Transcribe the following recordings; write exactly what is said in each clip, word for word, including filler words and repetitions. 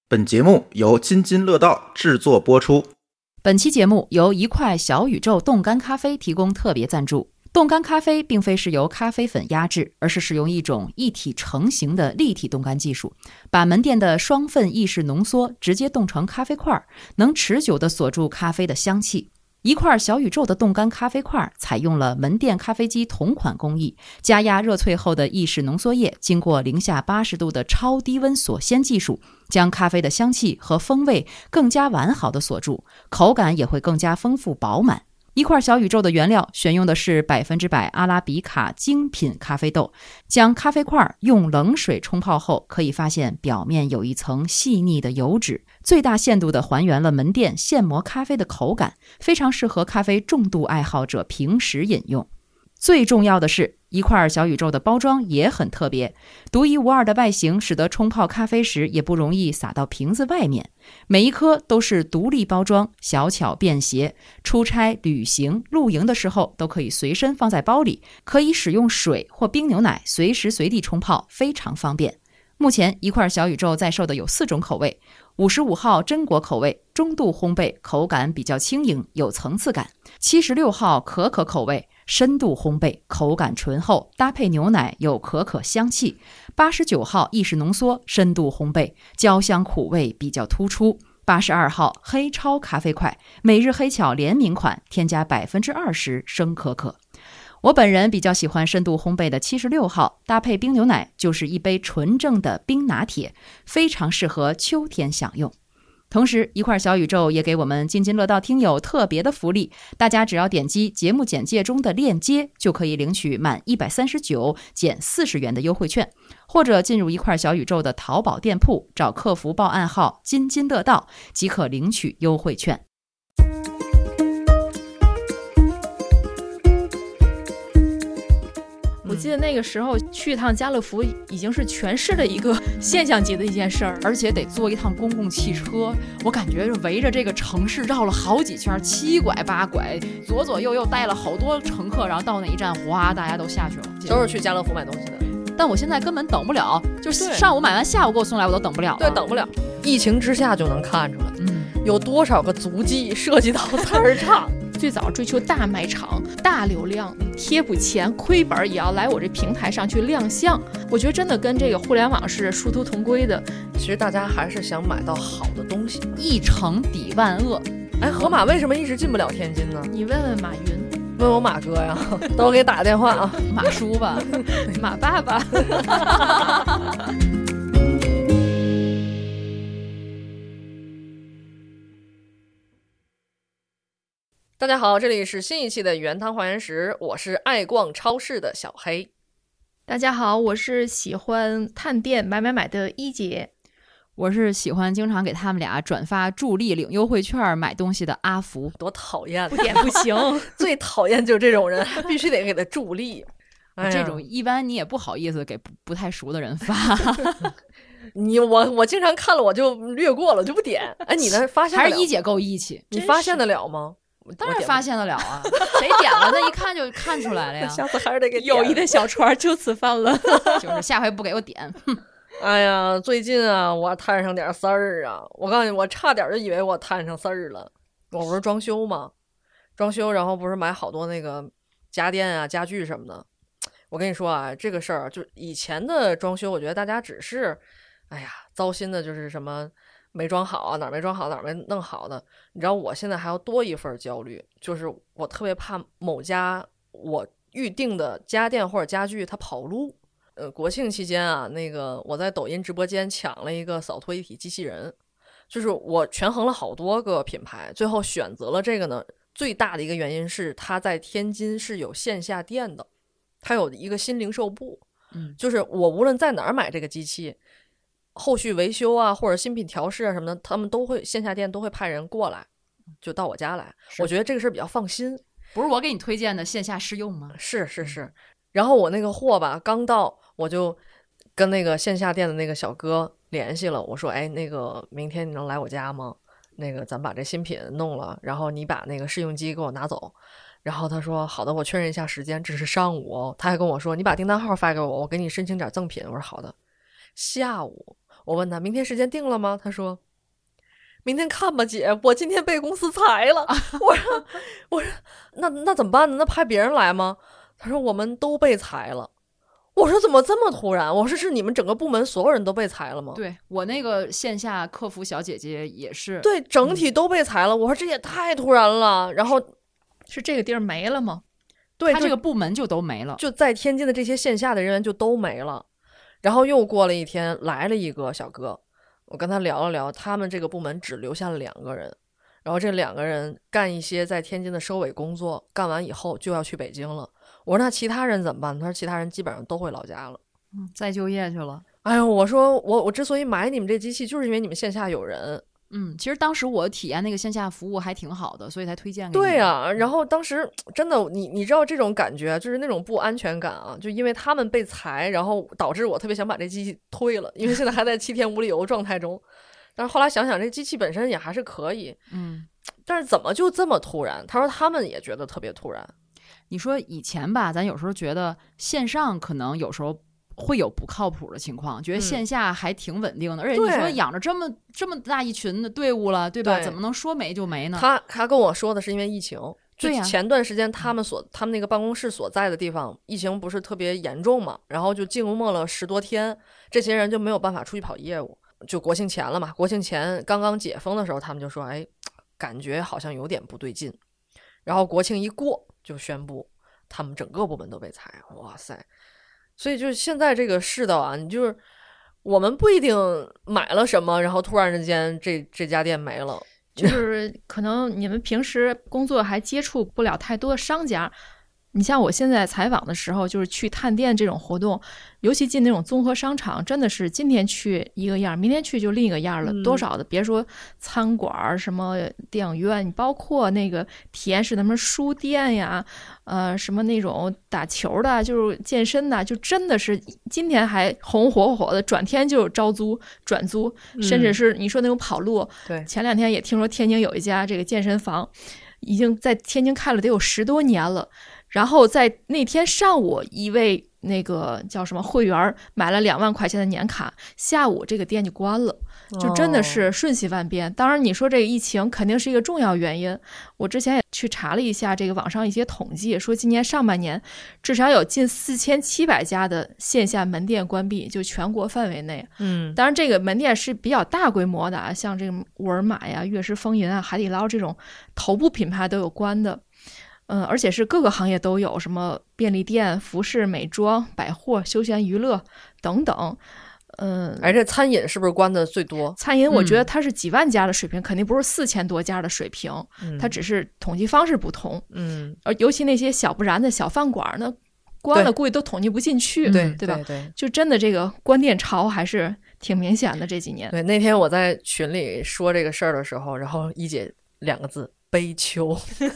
本节目由津津乐道制作播出。 本期节目由一块小宇宙冻干咖啡提供特别赞助。冻干咖啡并非是由咖啡粉压制，而是使用一种一体成型的立体冻干技术，把门店的双份意式浓缩直接冻成咖啡块，能持久地锁住咖啡的香气。一块小宇宙的冻干咖啡块采用了门店咖啡机同款工艺，加压热萃后的意式浓缩液经过零下八十度的超低温锁鲜技术，将咖啡的香气和风味更加完好的锁住，口感也会更加丰富饱满。一块小宇宙的原料选用的是百分之百阿拉比卡精品咖啡豆，将咖啡块用冷水冲泡后，可以发现表面有一层细腻的油脂，最大限度地还原了门店现磨咖啡的口感，非常适合咖啡重度爱好者平时饮用。最重要的是，一块小宇宙的包装也很特别，独一无二的外形使得冲泡咖啡时也不容易洒到瓶子外面。每一颗都是独立包装，小巧便携，出差、旅行、露营的时候都可以随身放在包里，可以使用水或冰牛奶随时随地冲泡，非常方便。目前一块小宇宙在售的有四种口味，五十五号榛果口味，中度烘焙，口感比较轻盈，有层次感；七十六号可可口味，深度烘焙，口感醇厚，搭配牛奶有可可香气；八十九号意式浓缩，深度烘焙，焦香苦味比较突出；八十二号黑超咖啡块，每日黑巧联名款，添加百分之二十生可可。我本人比较喜欢深度烘焙的七十六号，搭配冰牛奶就是一杯纯正的冰拿铁，非常适合秋天享用。同时，一块小宇宙也给我们津津乐道听友特别的福利，大家只要点击节目简介中的链接，就可以领取满一百三十九减四十元的优惠券，或者进入一块小宇宙的淘宝店铺，找客服报暗号津津乐道即可领取优惠券。 我记得那个时候去一趟家乐福已经是全市的一个现象级的一件事儿， 而且得坐一趟公共汽车，我感觉围着这个城市绕了好几圈，七拐八拐，左左右右带了好多乘客，然后到那一站，哗，大家都下去了， 都是去家乐福买东西的。 但我现在根本等不了，就是上午买完，下午给我送来，我都等不了了。 对，等不了。疫情之下就能看出来， 嗯， 有多少个足迹涉及到菜市场。 最早追求大卖场、大流量，贴补钱、亏本也要来我这平台上去亮相。我觉得真的跟这个互联网是殊途同归的。 其实大家还是想买到好的东西， 一城抵万恶。 哎，河马为什么一直进不了天津呢？ 你问问马云， 问我马哥呀，等我给打个电话啊。 马叔吧， 马爸爸。 大家好，这里是新一期的原汤化原食，我是爱逛超市的小黑。 大家好，我是喜欢探店买买买的一姐。 我是喜欢经常给他们俩转发助力领优惠券买东西的阿福。 多讨厌， 不点不行。 最讨厌就是这种人，必须得给他助力。 哎、这种一般你也不好意思给 不, 不太熟的人发。 你我我经常看了我就略过了，就不点。哎，你呢？发现还是一姐够义气？ 你发现得了吗？ 当然发现得了啊，谁点了那一看就看出来了呀。 下次还是得给友谊的小船就此翻了。 就是下回不给我点。 哎呀，最近啊，我摊上点事儿啊！我告诉你，我差点就以为我摊上事儿了。我不是装修吗？装修，然后不是买好多那个家电啊、家具什么的。我跟你说啊，这个事儿就以前的装修，我觉得大家只是，哎呀，糟心的就是什么。没装好啊，哪儿没装好哪儿没弄好的。你知道我现在还要多一份焦虑，就是我特别怕某家我预定的家电或者家具它跑路。呃，国庆期间啊，那个我在抖音直播间抢了一个扫拖一体机器人，就是我权衡了好多个品牌，最后选择了这个呢。最大的一个原因是它在天津是有线下店的，它有一个新零售部， 嗯， 就是我无论在哪儿买这个机器。后续维修啊，或者新品调试啊什么的，他们都会线下店都会派人过来，就到我家来。我觉得这个事比较放心。 不是我给你推荐的线下试用吗？ 是是是。然后我那个货吧刚到，我就跟那个线下店的那个小哥联系了，我说，哎，那个明天你能来我家吗？那个咱把这新品弄了，然后你把那个试用机给我拿走。然后他说好的，我确认一下时间，这是上午哦。他还跟我说你把订单号发给我，我给你申请点赠品。我说好的。下午我问他明天时间定了吗？他说明天看吧姐，我今天被公司裁了。我说我说那那怎么办呢？那派别人来吗？他说我们都被裁了。我说怎么这么突然？我说是你们整个部门所有人都被裁了吗？ 对，我那个线下客服小姐姐也是， 对，整体都被裁了。我说这也太突然了。然后是这个地儿没了吗？ 对， 他这个部门就都没了， 就在天津的这些线下的人员就都没了。然后又过了一天，来了一个小哥，我跟他聊了聊，他们这个部门只留下了两个人，然后这两个人干一些在天津的收尾工作，干完以后就要去北京了。我说那其他人怎么办？他说其他人基本上都回老家了， 嗯，再就业去了。 哎呦，我说我我之所以买你们这机器，就是因为你们线下有人。 嗯，其实当时我体验那个线下服务还挺好的，所以才推荐给你。 对呀、啊，然后当时真的，你你知道这种感觉，就是那种不安全感啊，就因为他们被裁，然后导致我特别想把这机器退了，因为现在还在七天无理由状态中。但是后来想想，这机器本身也还是可以， 嗯， 但是怎么就这么突然？他说他们也觉得特别突然。 你说以前吧，咱有时候觉得线上可能有时候会有不靠谱的情况，觉得线下还挺稳定的，嗯、而且你说养着这么这么大一群的队伍了，对吧？对，怎么能说没就没呢？ 他他跟我说的是因为疫情， 对呀、 啊，前段时间他们所他们那个办公室所在的地方疫情不是特别严重嘛，然后就静默了十多天，这些人就没有办法出去跑业务。就国庆前了嘛，国庆前刚刚解封的时候，他们就说，哎，感觉好像有点不对劲。然后国庆一过，就宣布他们整个部门都被裁。哇塞！所以就是现在这个世道啊，你就是我们不一定买了什么，然后突然之间这这家店没了， 就是可能你们平时工作还接触不了太多的商家。你像我现在采访的时候，就是去探店这种活动，尤其进那种综合商场，真的是今天去一个样，明天去就另一个样了。嗯、多少的，别说餐馆、什么电影院，你包括那个体验式的什么书店呀，呃，什么那种打球的，就是健身的，就真的是今天还红火火的，转天就招租、转租， 嗯、 甚至是你说那种跑路。 对， 前两天也听说天津有一家这个健身房，已经在天津开了得有十多年了。然后在那天上午，一位那个叫什么会员买了两万块钱的年卡，下午这个店就关了，就真的是瞬息万变。哦、当然，你说这个疫情肯定是一个重要原因。我之前也去查了一下这个网上一些统计，说今年上半年至少有近四千七百家的线下门店关闭，就全国范围内。 嗯， 当然这个门店是比较大规模的啊，像这个沃尔玛呀、悦诗风吟啊、海底捞这种头部品牌都有关的。嗯，而且是各个行业都有，什么便利店、服饰、美妆、百货、休闲娱乐等等。嗯， 而且餐饮是不是关的最多？ 餐饮我觉得它是几万家的水平，嗯、肯定不是四千多家的水平，嗯、它只是统计方式不同。 嗯， 而尤其那些小不然的小饭馆呢，关了估计都统计不进去， 对对吧？ 对对， 就真的这个关店潮还是挺明显的这几年。 对，那天我在群里说这个事儿的时候，然后一姐两个字。悲秋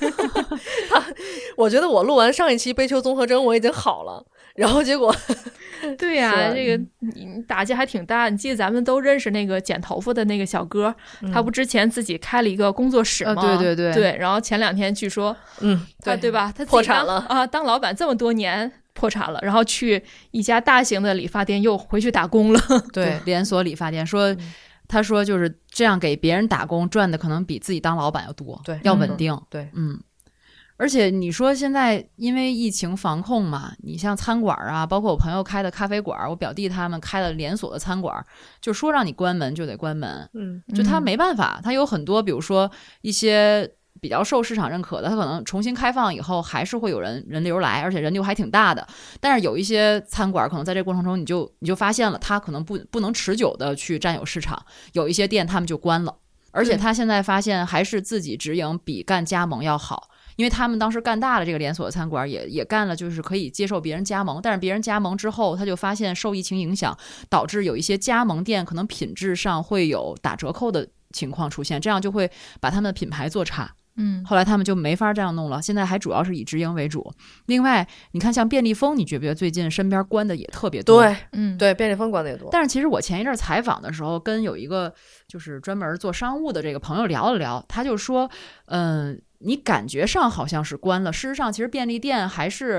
我觉得我录完上一期悲秋综合征我已经好了，然后结果对呀、啊，这个你打击还挺大。你记得咱们都认识那个剪头发的那个小哥、嗯、他不之前自己开了一个工作室吗、 呃、对对对对，然后前两天据说嗯他 对, 对吧他破产了啊，当老板这么多年破产了，然后去一家大型的理发店又回去打工了。 对，连锁理发店说、嗯他说就是这样给别人打工赚的可能比自己当老板要多， 对， 要稳定、 嗯、对， 嗯，而且你说现在因为疫情防控嘛，你像餐馆啊，包括我朋友开的咖啡馆，我表弟他们开了连锁的餐馆，就说让你关门就得关门， 嗯， 就他没办法，他有很多比如说一些比较受市场认可的，它可能重新开放以后还是会有人人流来，而且人流还挺大的。但是有一些餐馆可能在这个过程中你就你就发现了它可能不不能持久的去占有市场，有一些店他们就关了。而且他现在发现还是自己直营比干加盟要好，因为他们当时干大了这个连锁的餐馆也也干了，就是可以接受别人加盟，但是别人加盟之后他就发现受疫情影响，导致有一些加盟店可能品质上会有打折扣的情况出现，这样就会把他们的品牌做差。 嗯， 后来他们就没法这样弄了，现在还主要是以直营为主。另外你看像便利蜂，你觉不觉得最近身边关的也特别多？ 对， 嗯， 对，便利蜂关的也多。 但是其实我前一阵采访的时候跟有一个就是专门做商务的这个朋友聊了聊，他就说嗯、呃，你感觉上好像是关了，事实上其实便利店还是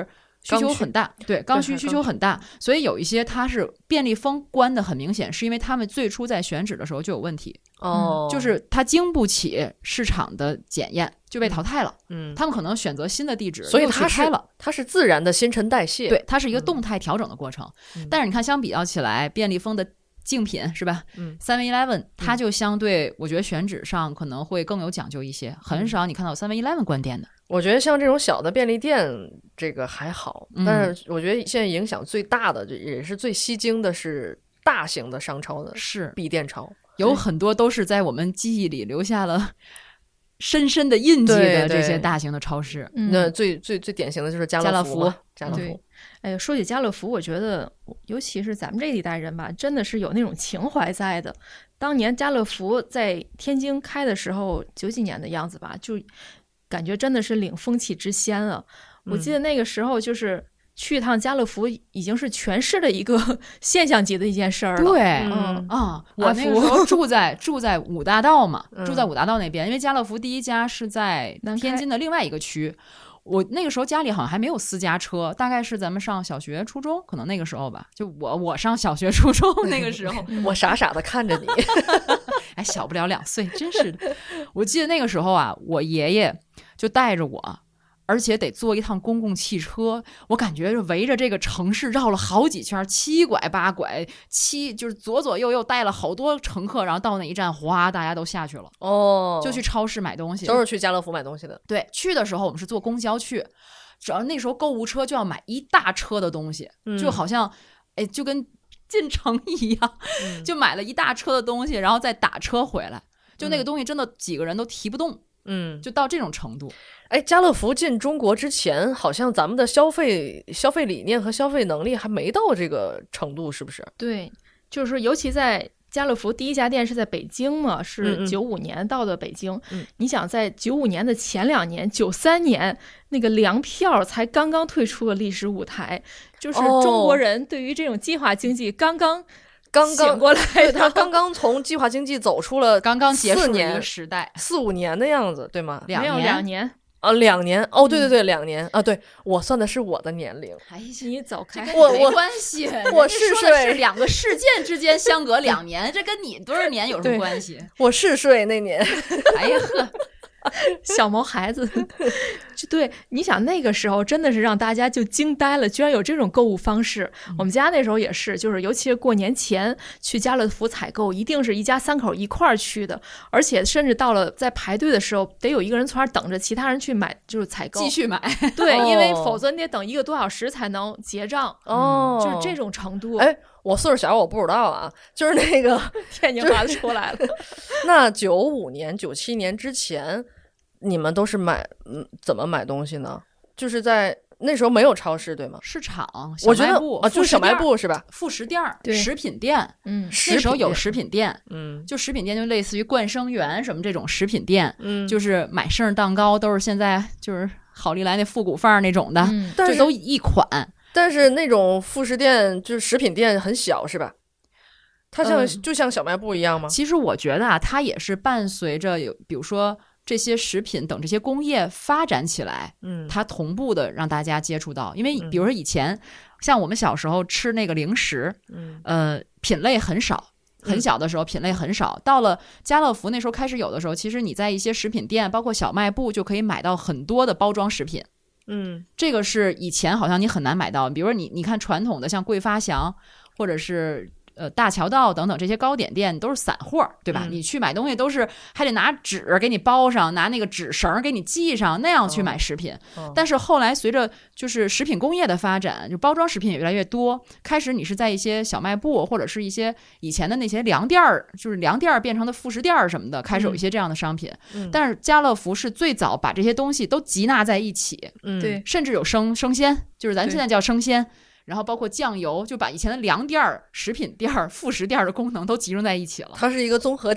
需求很大，对，刚需需求很大，所以有一些它是便利蜂关的很明显，是因为他们最初在选址的时候就有问题， 哦、嗯， 就是它经不起市场的检验，就被淘汰了。 嗯， 他们可能选择新的地址， 所以它开了， 它是自然的新陈代谢， 对，它是一个动态调整的过程。嗯、但是你看，相比较起来，便利蜂的竞品是吧？ 嗯 ，seven eleven 它就相对，我觉得选址上可能会更有讲究一些，很少你看到 seven eleven 关店的。 我觉得像这种小的便利店，这个还好， 嗯、 但是我觉得现在影响最大的，也是最吸睛的是大型的商超的是闭店潮， 有很多都是在我们记忆里留下了深深的印记的这些大型的超市。 那最最最典型的就是家乐福，家乐福。 哎呀，说起家乐福，我觉得尤其是咱们这一代人吧，真的是有那种情怀在的。当年家乐福在天津开的时候，九几年的样子吧，就感觉真的是领风气之先了。我记得那个时候就是去一趟家乐福已经是全市的一个现象级的一件事儿了。 对， 嗯啊，我那个时候住在住在五大道嘛，住在五大道那边，因为家乐福第一家是在天津的另外一个区。我那个时候家里好像还没有私家车，大概是咱们上小学初中，可能那个时候吧，就我我上小学初中那个时候， 我傻傻的看着你， 哎，小不了两岁，真是的。我记得那个时候啊，我爷爷就带着我，而且得坐一趟公共汽车，我感觉围着这个城市绕了好几圈，七拐八拐，七就是左左右右带了好多乘客，然后到那一站，哗，大家都下去了， 哦， 就去超市买东西， 都是去家乐福买东西的。 对，去的时候我们是坐公交去，主要那时候购物车就要买一大车的东西， 嗯、 就好像，哎，就跟进城一样， 嗯、 就买了一大车的东西，然后再打车回来，就那个东西真的几个人都提不动。 嗯， 就到这种程度。 哎，家乐福进中国之前，好像咱们的消费消费理念和消费能力还没到这个程度，是不是？ 对，就是说，尤其在家乐福第一家店是在北京嘛，是九五年到的北京。 嗯， 你想，在九五年的前两年，九三年那个粮票才刚刚退出了历史舞台，就是中国人对于这种计划经济刚刚。 刚刚醒过来， 他刚刚从计划经济走出了， 刚刚结束一个时代， 四五年的样子，对吗？ 两年，两年啊，两年哦，对对对，两年啊，对我算的是我的年龄。 哎，你走开， 我没关系， 我是岁是两个事件之间相隔两年，这跟你多少年有什么关系？ 我是岁那年， 哎呀呵。 小毛孩子，就对，你想那个时候真的是让大家就惊呆了，居然有这种购物方式。嗯、我们家那时候也是，就是尤其是过年前去家乐福采购，一定是一家三口一块儿去的，而且甚至到了在排队的时候，得有一个人从那儿等着，其他人去买，就是采购， 继续买。 对， 哦、 因为否则你得等一个多小时才能结账。 哦， 就是这种程度。 哎，我岁数小，我不知道啊，就是那个天津话出来了。 那九五年、九七年之前。你们都是买嗯怎么买东西呢？就是在那时候没有超市对吗？ 市场， 我觉得啊， 就是小卖部是吧？ 副食店、食品店， 嗯， 那时候有食品店， 嗯， 就食品店就类似于冠生园什么这种食品店， 嗯， 就是买生日蛋糕都是现在就是好利来那复古范儿那种的， 嗯， 就都一款。 但是那种副食店就是食品店很小是吧？它像、嗯、就像小卖部一样吗？ 其实我觉得啊，它也是伴随着有比如说。这些食品等这些工业发展起来， 嗯， 它同步的让大家接触到，因为比如说以前、嗯、像我们小时候吃那个零食， 嗯， 呃，品类很少，很小的时候品类很少，嗯、到了家乐福那时候开始有的时候，其实你在一些食品店，包括小卖部就可以买到很多的包装食品， 嗯， 这个是以前好像你很难买到，比如说你你看传统的像桂发祥或者是。呃，大桥道等等这些糕点店都是散货，对吧？ 嗯、 你去买东西都是还得拿纸给你包上，拿那个纸绳给你系上，那样去买食品。 哦、 但是后来随着就是食品工业的发展，就包装食品也越来越多，开始你是在一些小卖部或者是一些以前的那些粮店儿，就是粮店儿变成的副食店儿什么的，开始有一些这样的商品。 嗯、 但是家乐福是最早把这些东西都集纳在一起， 嗯， 对， 甚至有生生鲜，就是咱现在叫生鲜。然后包括酱油，就把以前的粮店儿、食品店儿、副食店儿的功能都集中在一起了。 它是一个综合体。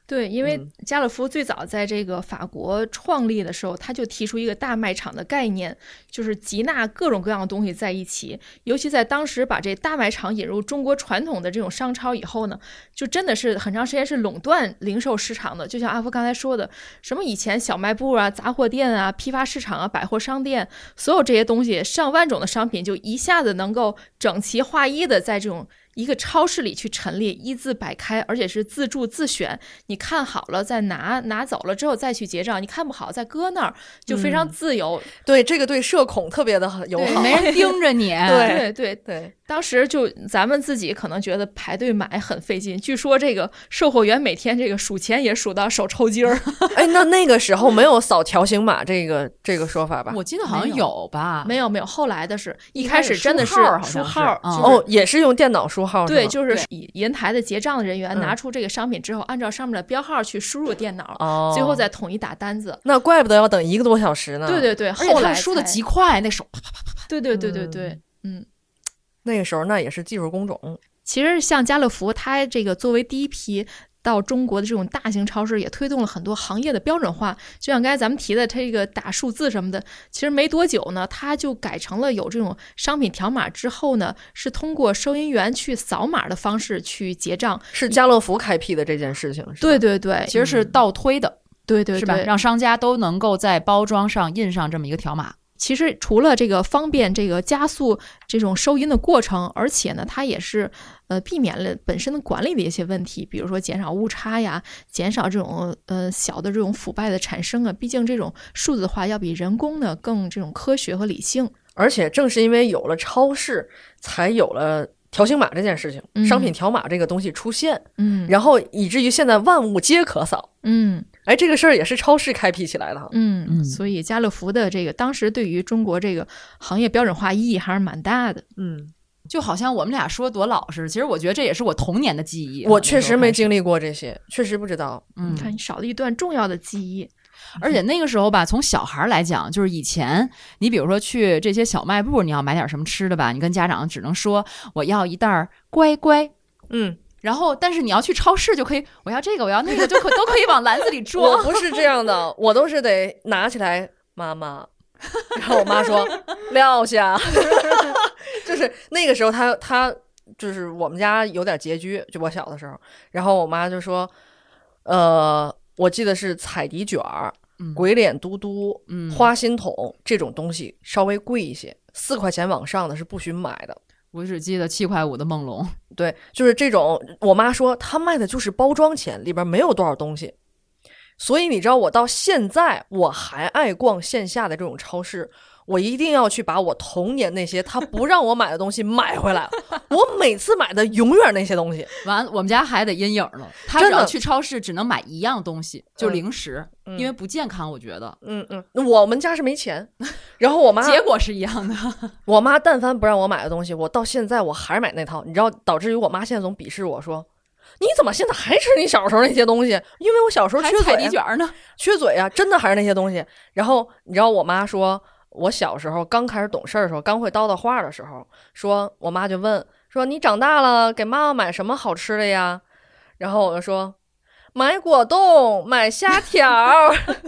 对，因为嗯家乐福最早在这个法国创立的时候，他就提出一个大卖场的概念，就是集纳各种各样的东西在一起。尤其在当时把这大卖场引入中国传统的这种商超以后呢，就真的是很长时间是垄断零售市场的。就像阿福刚才说的，什么以前小卖部啊、杂货店啊、批发市场啊、百货商店，所有这些东西，上万种的商品就一下子能够整齐划一的在这种一个超市里去陈列，一字摆开，而且是自助自选。你看好了再拿，拿走了之后再去结账，你看不好再搁那儿，就非常自由。 嗯、对，这个对社恐特别的友好， 没人盯着你。 对对对， 当时就咱们自己可能觉得排队买很费劲，据说这个售货员每天这个数钱也数到手抽筋儿。 哎，那那个时候没有扫条形码这个这个说法吧？ 我记得好像有吧？ 没有没有，后来的是一开始真的是书号， 哦， 也是用电脑输号。 对，就是以银台的结账的人员拿出这个商品之后，按照上面的标号去输入电脑， 哦， 最后再统一打单子。 那怪不得要等一个多小时呢。 对对对， 而且后来输的极快，那手啪啪啪啪。 对对对对对，嗯， 那个时候那也是技术工种。 其实像家乐福，它这个作为第一批到中国的这种大型超市，也推动了很多行业的标准化。就像刚才咱们提的这个打数字什么的，其实没多久呢，它就改成了有这种商品条码之后呢，是通过收银员去扫码的方式去结账。 是家乐福开辟的这件事情，是吧？ 对对对， 其实是倒推的， 嗯、对对对， 是吧？让商家都能够在包装上印上这么一个条码。 其实除了这个方便这个加速这种收银的过程，而且呢，它也是呃避免了本身的管理的一些问题，比如说减少误差呀，减少这种呃小的这种腐败的产生啊。毕竟这种数字化要比人工呢更这种科学和理性。 而且正是因为有了超市，才有了条形码这件事情， 嗯、 商品条码这个东西出现， 嗯， 然后以至于现在万物皆可扫， 嗯。 哎，这个事儿也是超市开辟起来的哈。 嗯嗯，所以家乐福的这个当时对于中国这个行业标准化意义还是蛮大的。 嗯， 就好像我们俩说多老实，其实我觉得这也是我童年的记忆。 我确实没经历过这些，确实不知道。 嗯，你看你少了一段重要的记忆。 而且那个时候吧，从小孩来讲，就是以前你比如说去这些小卖部，你要买点什么吃的吧，你跟家长只能说我要一袋乖乖。 嗯。 然后，但是你要去超市就可以，我要这个，我要那个，就可都可以往篮子里装。 我不是这样的，我都是得拿起来，妈妈，然后我妈说撂下，就是那个时候他他就是我们家有点拮据，就我小的时候，然后我妈就说，呃，我记得是彩笛卷儿、 嗯、 鬼脸嘟嘟、 嗯、 花心筒这种东西稍微贵一些，四块钱往上的是不许买的。 我只记得七块五的梦龙， 对，就是这种。我妈说她卖的就是包装钱，里边没有多少东西。所以你知道，我到现在我还爱逛线下的这种超市，我一定要去把我童年那些他不让我买的东西买回来。我每次买的永远那些东西。 完，我们家还得阴影了。他只要去超市只能买一样东西，就零食， 嗯、 因为不健康，我觉得。 嗯嗯，我们家是没钱，然后我妈结果是一样的。 我妈但凡不让我买的东西，我到现在我还是买那套。你知道，导致于我妈现在总鄙视我说，你怎么现在还吃你小时候那些东西？因为我小时候缺嘴、啊， 还彩笛卷呢， 缺嘴啊，真的还是那些东西。然后你知道我妈说，我小时候刚开始懂事的时候，刚会叨叨话的时候，说我妈就问说，你长大了给妈妈买什么好吃的呀？然后我就说买果冻，买虾条。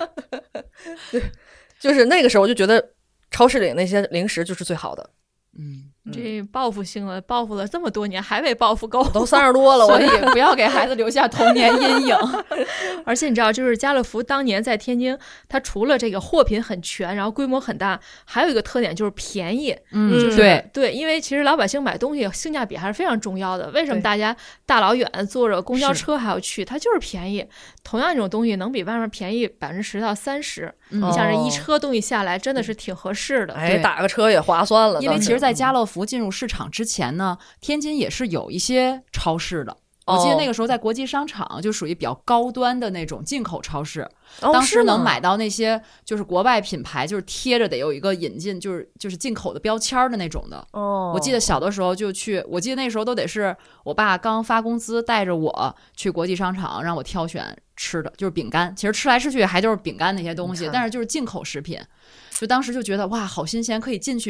就是那个时候我就觉得超市里那些零食就是最好的。 嗯， 这报复性了，报复了这么多年，还没报复够， 都三十多了， 所以不要给孩子留下童年阴影。 而且你知道，就是家乐福当年在天津，它除了这个货品很全，然后规模很大，还有一个特点就是便宜。 嗯， 就是对对，因为其实老百姓买东西性价比还是非常重要的。为什么大家大老远坐着公交车还要去？它就是便宜。同样一种东西能比外面便宜百分之十到三十。 嗯、 你像这一车东西下来，真的是挺合适的。 哎，打个车也划算了。 因为其实，在家乐福进入市场之前呢，天津也是有一些超市的。我记得那个时候在国际商场就属于比较高端的那种进口超市， 哦、 当时能买到那些就是国外品牌，就是贴着得有一个引进就是就是进口的标签的那种的。 哦， 我记得小的时候就去，我记得那时候都得是我爸刚发工资带着我去国际商场让我挑选吃的，就是饼干，其实吃来吃去还就是饼干那些东西，但是就是进口食品。就当时就觉得哇好新鲜，可以进去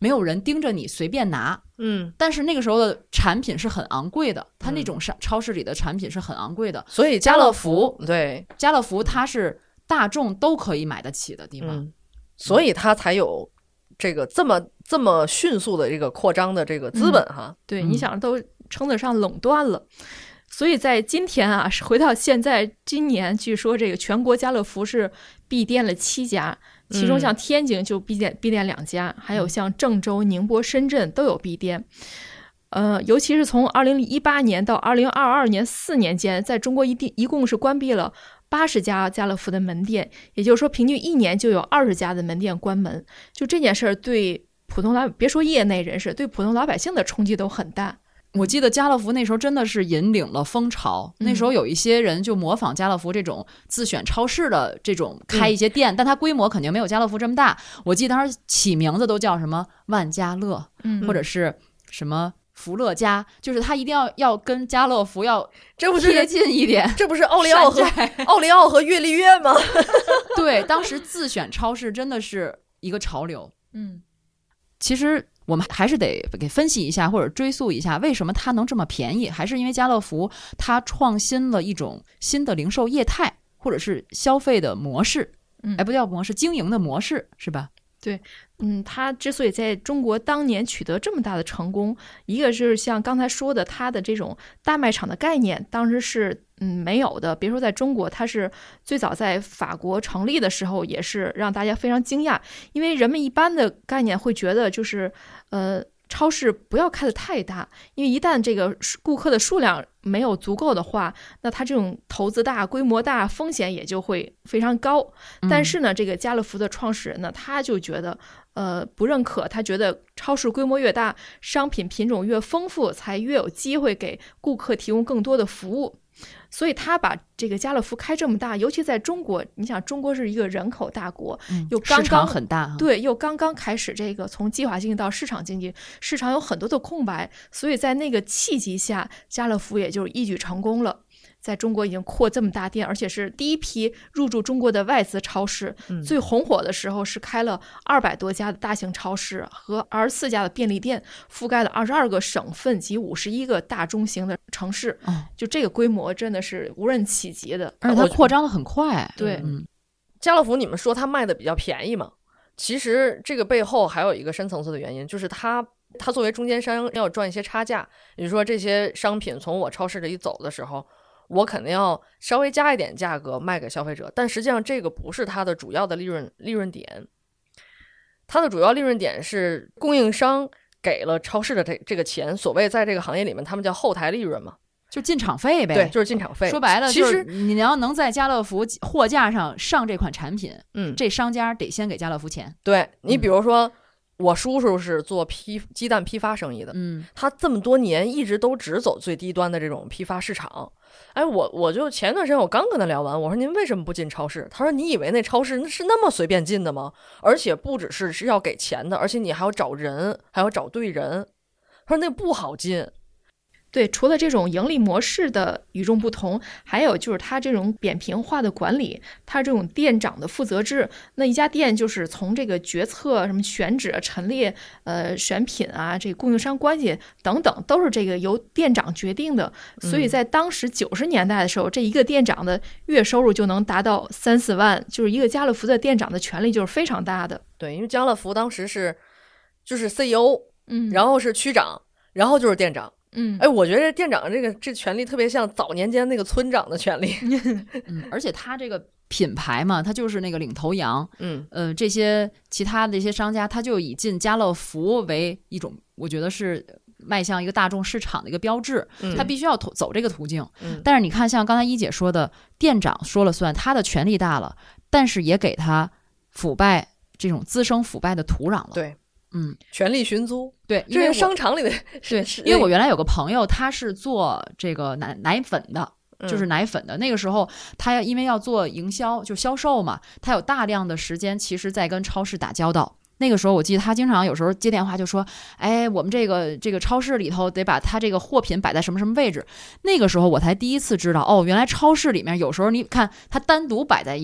没有人盯着你随便拿。 嗯， 但是那个时候的产品是很昂贵的，它那种商超市里的产品是很昂贵的， 所以家乐福对家乐福它是大众都可以买得起的地方， 嗯、所以它才有这个这么这么迅速的这个扩张的这个资本哈。 嗯、对， 嗯、 你想都称得上垄断了。所以在今天啊，回到现在，今年据说这个全国家乐福是闭店了七家，其中像天津就闭店闭店两家，嗯、还有像郑州、宁波、深圳都有闭店。呃，尤其是从二零一八年到二零二二年四年间，在中国一地一共是关闭了八十家家乐福的门店，也就是说，平均一年就有二十家的门店关门。就这件事儿，对普通老别说业内人士，对普通老百姓的冲击都很大。 我记得家乐福那时候真的是引领了风潮，嗯、那时候有一些人就模仿家乐福这种自选超市的这种开一些店，嗯、但它规模肯定没有家乐福这么大。我记得当时起名字都叫什么万家乐，嗯、或者是什么福乐家，就是它一定要要跟家乐福要贴近一点。 这不是奥利奥和奥利奥和悦丽悦吗？ 对，当时自选超市真的是一个潮流。嗯，其实我们还是得给分析一下或者追溯一下，为什么它能这么便宜，还是因为家乐福它创新了一种新的零售业态，或者是消费的模式，嗯，哎，不叫模式，经营的模式，是吧？ 对，嗯，它之所以在中国当年取得这么大的成功，一个是像刚才说的，它的这种大卖场的概念当时是嗯没有的。别说在中国，它是最早在法国成立的时候，也是让大家非常惊讶，因为人们一般的概念会觉得就是呃。超市不要开得太大，因为一旦这个顾客的数量没有足够的话，那它这种投资大、规模大，风险也就会非常高。但是呢，这个家乐福的创始人呢，他就觉得呃不认可，他觉得超市规模越大，商品品种越丰富，才越有机会给顾客提供更多的服务。所以他把这个家乐福开这么大，尤其在中国，你想中国是一个人口大国， 嗯、 又刚刚市场很大， 对，又刚刚开始这个从计划经济到市场经济，市场有很多的空白，所以在那个契机下，家乐福也就一举成功了。在中国已经扩这么大店，而且是第一批入驻中国的外资超市。嗯、最红火的时候是开了二百多家的大型超市和二十四家的便利店，覆盖了二十二个省份及五十一个大中型的城市。哦、就这个规模真的是无人企及的， 而且它扩张的很快。 对， 嗯， 家乐福你们说它卖的比较便宜嘛？其实这个背后还有一个深层次的原因，就是它它作为中间商要赚一些差价。也就是说，这些商品从我超市里走的时候，我肯定要稍微加一点价格卖给消费者，但实际上这个不是它的主要的利润利润点。它的主要利润点是供应商给了超市的这这个钱，所谓在这个行业里面他们叫后台利润嘛， 就进场费呗。 对，就是进场费。 说白了， 其实你要能在家乐福货架上上这款产品， 嗯， 这商家得先给家乐福钱。 对，你比如说。嗯我叔叔是做批鸡蛋批发生意的， 嗯， 他这么多年一直都只走最低端的这种批发市场。哎，我我就前段时间我刚跟他聊完，我说您为什么不进超市？他说你以为那超市是那么随便进的吗？而且不只是是要给钱的，而且你还要找人，还要找对人。他说那不好进。 对，除了这种盈利模式的与众不同，还有就是它这种扁平化的管理，它这种店长的负责制。那一家店就是从这个决策、什么选址、陈列、呃选品啊，这个供应商关系等等，都是这个由店长决定的。所以在当时九十年代的时候，嗯、这一个店长的月收入就能达到三四万，就是一个家乐福的店长的权力就是非常大的。 对，因为家乐福当时是就是 C E O， 嗯， 然后是区长，然后就是店长。 嗯， 哎，我觉得店长这个这权力特别像早年间那个村长的权力。 嗯，而且他这个品牌嘛，他就是那个领头羊。 嗯， 呃，这些其他的一些商家，他就以进家乐福为一种，我觉得是迈向一个大众市场的一个标志。嗯，他必须要走这个途径。 嗯， 但是你看，像刚才一姐说的，店长说了算，他的权力大了，但是也给他腐败这种滋生腐败的土壤了。 对。 嗯， 权力寻租， 对， 这是商场里的。 对，因为我原来有个朋友，他是做这个奶奶粉的，就是奶粉的。嗯、那个时候，他要因为要做营销，就销售嘛，他有大量的时间，其实在跟超市打交道。那个时候，我记得他经常有时候接电话就说：“哎，我们这个这个超市里头得把他这个货品摆在什么什么位置。”那个时候我才第一次知道，哦，原来超市里面有时候你看他单独摆在一个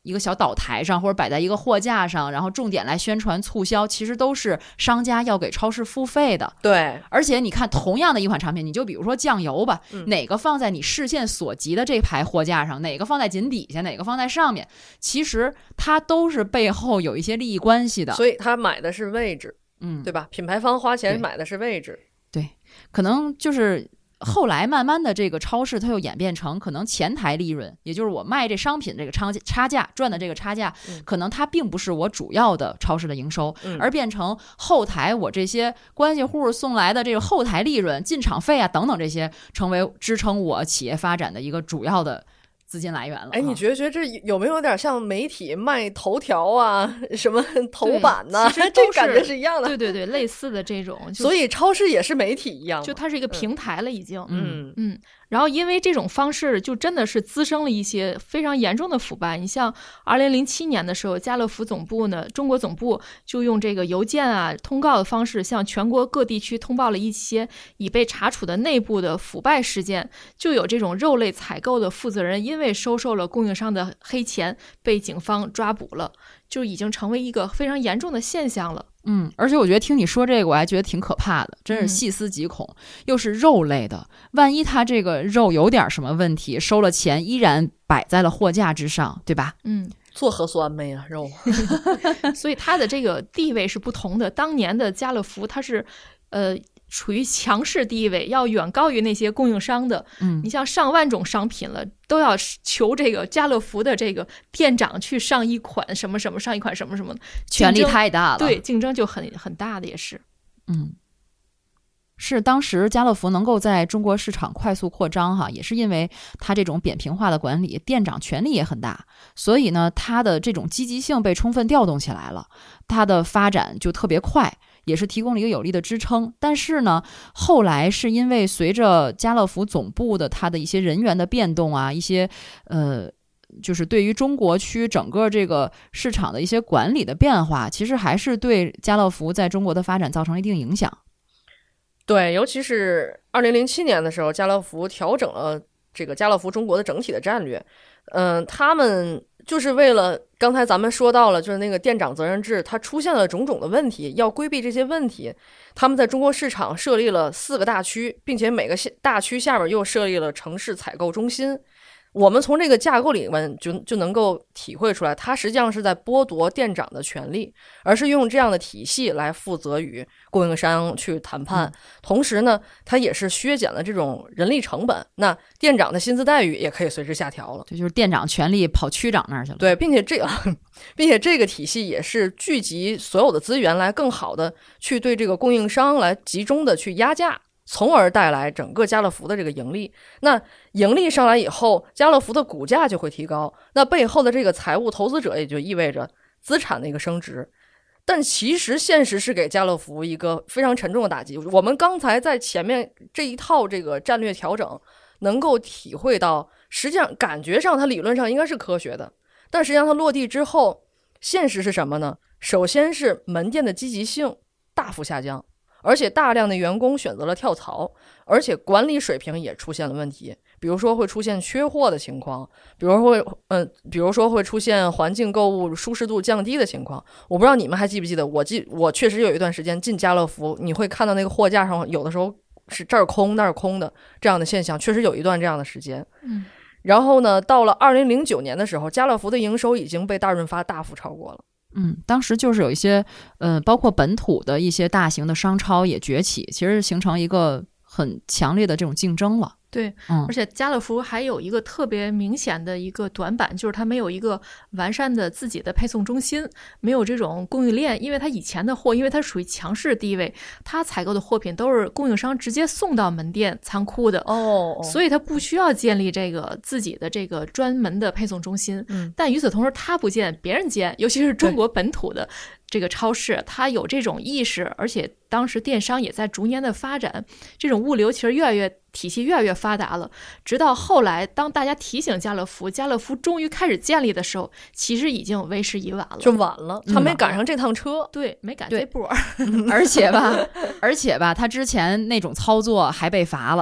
一个小岛台上，或者摆在一个货架上，然后重点来宣传促销，其实都是商家要给超市付费的。 对， 而且你看，同样的一款产品，你就比如说酱油吧， 嗯、 哪个放在你视线所及的这排货架上，哪个放在井底下，哪个放在上面，其实它都是背后有一些利益关系的。 所以他买的是位置， 嗯， 对吧？品牌方花钱买的是位置。 对，对，可能就是后来慢慢的这个超市它又演变成可能前台利润，也就是我卖这商品这个差差价赚的这个差价、嗯、可能它并不是我主要的超市的营收、嗯、而变成后台我这些关系户送来的这个后台利润进场费啊等等，这些成为支撑我企业发展的一个主要的资金来源了。 哎，你觉得觉得这有没有点像媒体卖头条啊，什么头版呢、啊？ 其实这感觉是一样的。 对对对，类似的这种。 所以超市也是媒体一样， 就它是一个平台了，已经。 嗯嗯。然后因为这种方式就真的是滋生了一些非常严重的腐败。你像二零零七年的时候，家乐福总部呢，中国总部就用这个邮件啊通告的方式向全国各地区通报了一些已被查处的内部的腐败事件，就有这种肉类采购的负责人因为收受了供应商的黑钱被警方抓捕了，就已经成为一个非常严重的现象了。 嗯，而且我觉得听你说这个我还觉得挺可怕的，真是细思极恐、嗯、又是肉类的，万一他这个肉有点什么问题，收了钱依然摆在了货架之上，对吧？ 嗯，做核酸没啊肉所以它的这个地位是不同的。当年的家乐福它是呃处于强势地位，要远高于那些供应商的。 嗯， 你像上万种商品了，都要求这个家乐福的这个店长去上一款什么什么，上一款什么什么， 权力太大了。 对，竞争就很很大的也是。 嗯，是当时家乐福能够在中国市场快速扩张哈，也是因为它这种扁平化的管理，店长权力也很大，所以呢，它的这种积极性被充分调动起来了，它的发展就特别快。也是提供了一个有力的支撑。但是呢，后来是因为随着家乐福总部的它的一些人员的变动啊，一些呃，就是对于中国区整个这个市场的一些管理的变化，其实还是对家乐福在中国的发展造成了一定影响。 对，尤其是二零零七年的时候，家乐福调整了这个家乐福中国的整体的战略。嗯、呃，他们就是为了刚才咱们说到了，就是那个店长责任制，它出现了种种的问题，要规避这些问题，他们在中国市场设立了四个大区，并且每个大区下边又设立了城市采购中心。我们从这个架构里面就就能够体会出来，它实际上是在剥夺店长的权利，而是用这样的体系来负责与供应商去谈判。嗯、同时呢，它也是削减了这种人力成本，那店长的薪资待遇也可以随之下调了。 这就是店长权力跑区长那儿去了。 对，并且这个，并且这个体系也是聚集所有的资源来更好的去对这个供应商来集中的去压价。从而带来整个家乐福的这个盈利，那盈利上来以后，家乐福的股价就会提高，那背后的这个财务投资者也就意味着资产的一个升值。但其实现实是给家乐福一个非常沉重的打击。我们刚才在前面这一套这个战略调整能够体会到，实际上感觉上它理论上应该是科学的，但实际上它落地之后，现实是什么呢？首先是门店的积极性大幅下降，而且大量的员工选择了跳槽，而且管理水平也出现了问题，比如说会出现缺货的情况，比如会嗯、呃，比如说会出现环境购物舒适度降低的情况。我不知道你们还记不记得，我记我确实有一段时间进家乐福，你会看到那个货架上有的时候是这儿空那儿空的这样的现象，确实有一段这样的时间。 嗯， 然后呢，到了二零零九年的时候，家乐福的营收已经被大润发大幅超过了。 嗯，当时就是有一些，呃，包括本土的一些大型的商超也崛起，其实形成一个很强烈的这种竞争了。 对， 嗯， 而且家乐福还有一个特别明显的一个短板，就是它没有一个完善的自己的配送中心，没有这种供应链。因为它以前的货，因为它属于强势地位，它采购的货品都是供应商直接送到门店仓库的哦， 所以它不需要建立这个自己的这个专门的配送中心。 嗯， 但与此同时，它不建，别人建，尤其是中国本土的这个超市，它有这种意识，而且当时电商也在逐年的发展，这种物流其实越来越体系越来越发达了。直到后来，当大家提醒家乐福，家乐福终于开始建立的时候，其实已经为时已晚了， 就晚了，他没赶上这趟车。 嗯、对，没赶这波。 而且吧，而且吧，他之前那种操作还被罚了。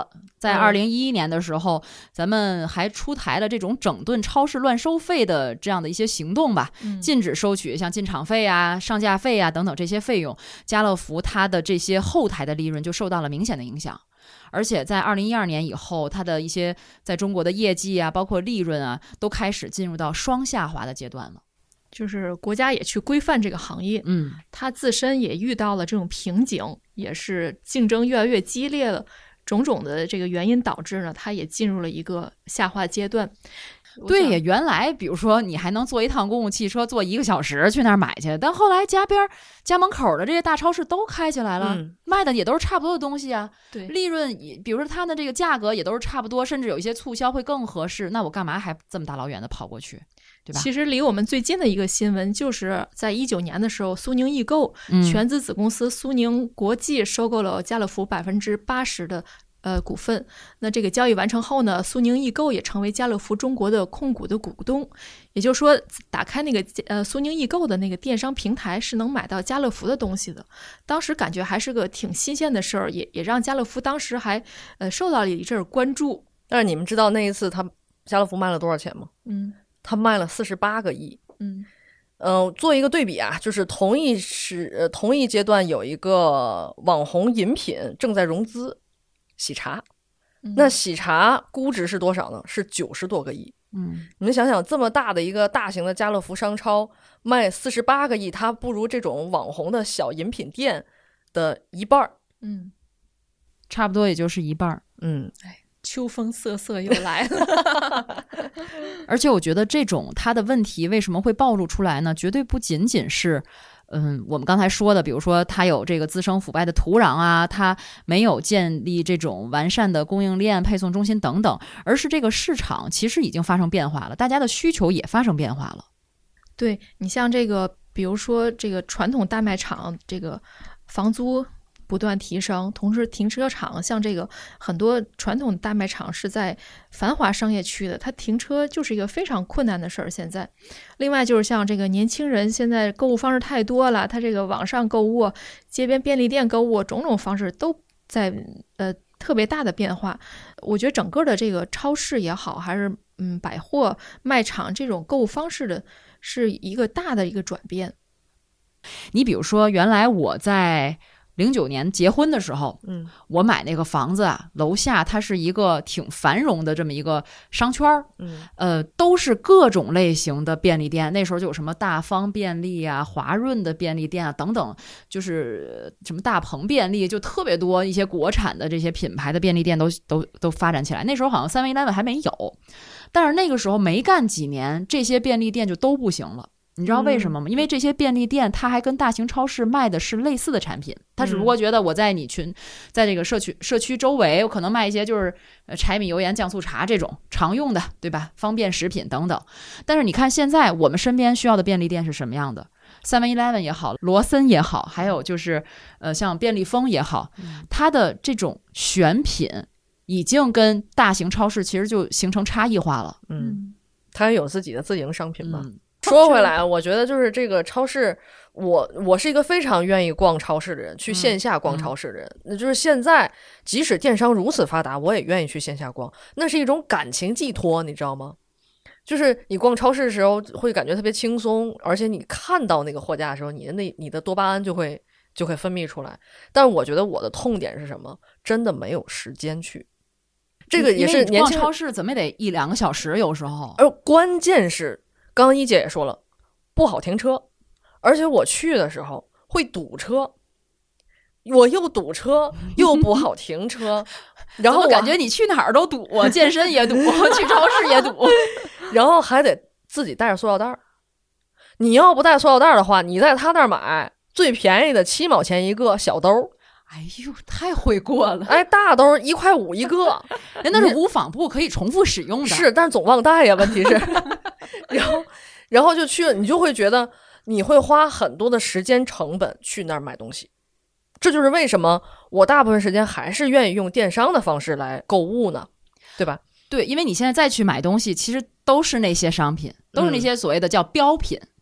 在二零一一年的时候、嗯、咱们还出台了这种整顿超市乱收费的这样的一些行动吧、嗯、禁止收取像进场费啊上架费啊等等这些费用，家乐福它的这些后台的利润就受到了明显的影响。而且在二零一二年以后，它的一些在中国的业绩啊包括利润啊都开始进入到双下滑的阶段了。 就是国家也去规范这个行业， 嗯， 它自身也遇到了这种瓶颈，也是竞争越来越激烈了，种种的这个原因导致呢，它也进入了一个下滑阶段。 对呀，原来比如说你还能坐一趟公共汽车坐一个小时去那儿买去，但后来家边家门口的这些大超市都开起来了、嗯、卖的也都是差不多的东西啊， 对， 利润比如说它的这个价格也都是差不多，甚至有一些促销会更合适，那我干嘛还这么大老远的跑过去，对吧？ 其实离我们最近的一个新闻就是在一九年的时候，苏宁易购、嗯、全资子公司苏宁国际收购了家乐福百分之八十的呃，股份。那这个交易完成后呢，苏宁易购也成为家乐福中国的控股的股东。也就是说，打开那个呃苏宁易购的那个电商平台是能买到家乐福的东西的。当时感觉还是个挺新鲜的事儿，也也让家乐福当时还呃受到了一阵关注。 但是你们知道那一次他家乐福卖了多少钱吗？ 嗯， 他卖了四十八个亿。 嗯。 呃，做一个对比啊，就是同一时呃同一阶段有一个网红饮品正在融资。喜茶，那喜茶估值是多少呢？是九十多个亿。 嗯， 你们想想，这么大的一个大型的家乐福商超卖四十八个亿，它不如这种网红的小饮品店的一半。 嗯， 差不多也就是一半。 嗯， 哎，秋风瑟瑟又来了。 而且我觉得这种它的问题为什么会暴露出来呢？绝对不仅仅是嗯，我们刚才说的，比如说它有这个滋生腐败的土壤啊，它没有建立这种完善的供应链、配送中心等等，而是这个市场其实已经发生变化了，大家的需求也发生变化了。 对，你像这个，比如说这个传统大卖场，这个房租不断提升，同时停车场像这个很多传统大卖场是在繁华商业区的，它停车就是一个非常困难的事儿。现在，另外就是像这个年轻人现在购物方式太多了，他这个网上购物、街边便利店购物，种种方式都在呃特别大的变化。我觉得整个的这个超市也好，还是嗯百货卖场这种购物方式的，是一个大的一个转变。 你比如说，原来我在零九年结婚的时候， 嗯， 我买那个房子啊，楼下它是一个挺繁荣的这么一个商圈， 嗯， 呃，都是各种类型的便利店。那时候就有什么大方便利啊、华润的便利店啊等等，就是什么大鹏便利，就特别多一些国产的这些品牌的便利店都都都发展起来。那时候好像 seven eleven 还没有，但是那个时候没干几年，这些便利店就都不行了。你知道为什么吗？嗯、因为这些便利店它还跟大型超市卖的是类似的产品，它只不过觉得我在你群，在这个社区社区周围，我可能卖一些就是柴米油盐酱醋茶这种常用的，对吧？方便食品等等。但是你看现在我们身边需要的便利店是什么样的 ？seven eleven 也好，罗森也好，还有就是呃像便利蜂也好，它的这种选品已经跟大型超市其实就形成差异化了。 嗯，它有自己的自营商品吧。 嗯， 说回来，我觉得就是这个超市，我我是一个非常愿意逛超市的人，去线下逛超市的人。那、嗯嗯、就是现在，即使电商如此发达，我也愿意去线下逛，那是一种感情寄托，你知道吗？就是你逛超市的时候会感觉特别轻松，而且你看到那个货架的时候，你的那你的多巴胺就会就会分泌出来。但我觉得我的痛点是什么？真的没有时间去。这个也是年轻人逛超市怎么也得一两个小时，有时候。 而关键是。刚刚一姐也说了，不好停车，而且我去的时候会堵车，我又堵车又不好停车，然后我感觉你去哪儿都堵，我健身也堵，去超市也堵， 然后还得自己带着塑料袋。你要不带塑料袋的话，你在他那儿买最便宜的七毛钱一个小兜。 哎呦，太会过了！ 哎，大兜一块五一个， 人那是无纺布，可以重复使用的。 是，但是总忘带呀，问题是。然后，然后就去了，你就会觉得你会花很多的时间成本去那儿买东西。这就是为什么我大部分时间还是愿意用电商的方式来购物呢，对吧？ 对，因为你现在再去买东西，其实都是那些商品，都是那些所谓的叫标品。嗯、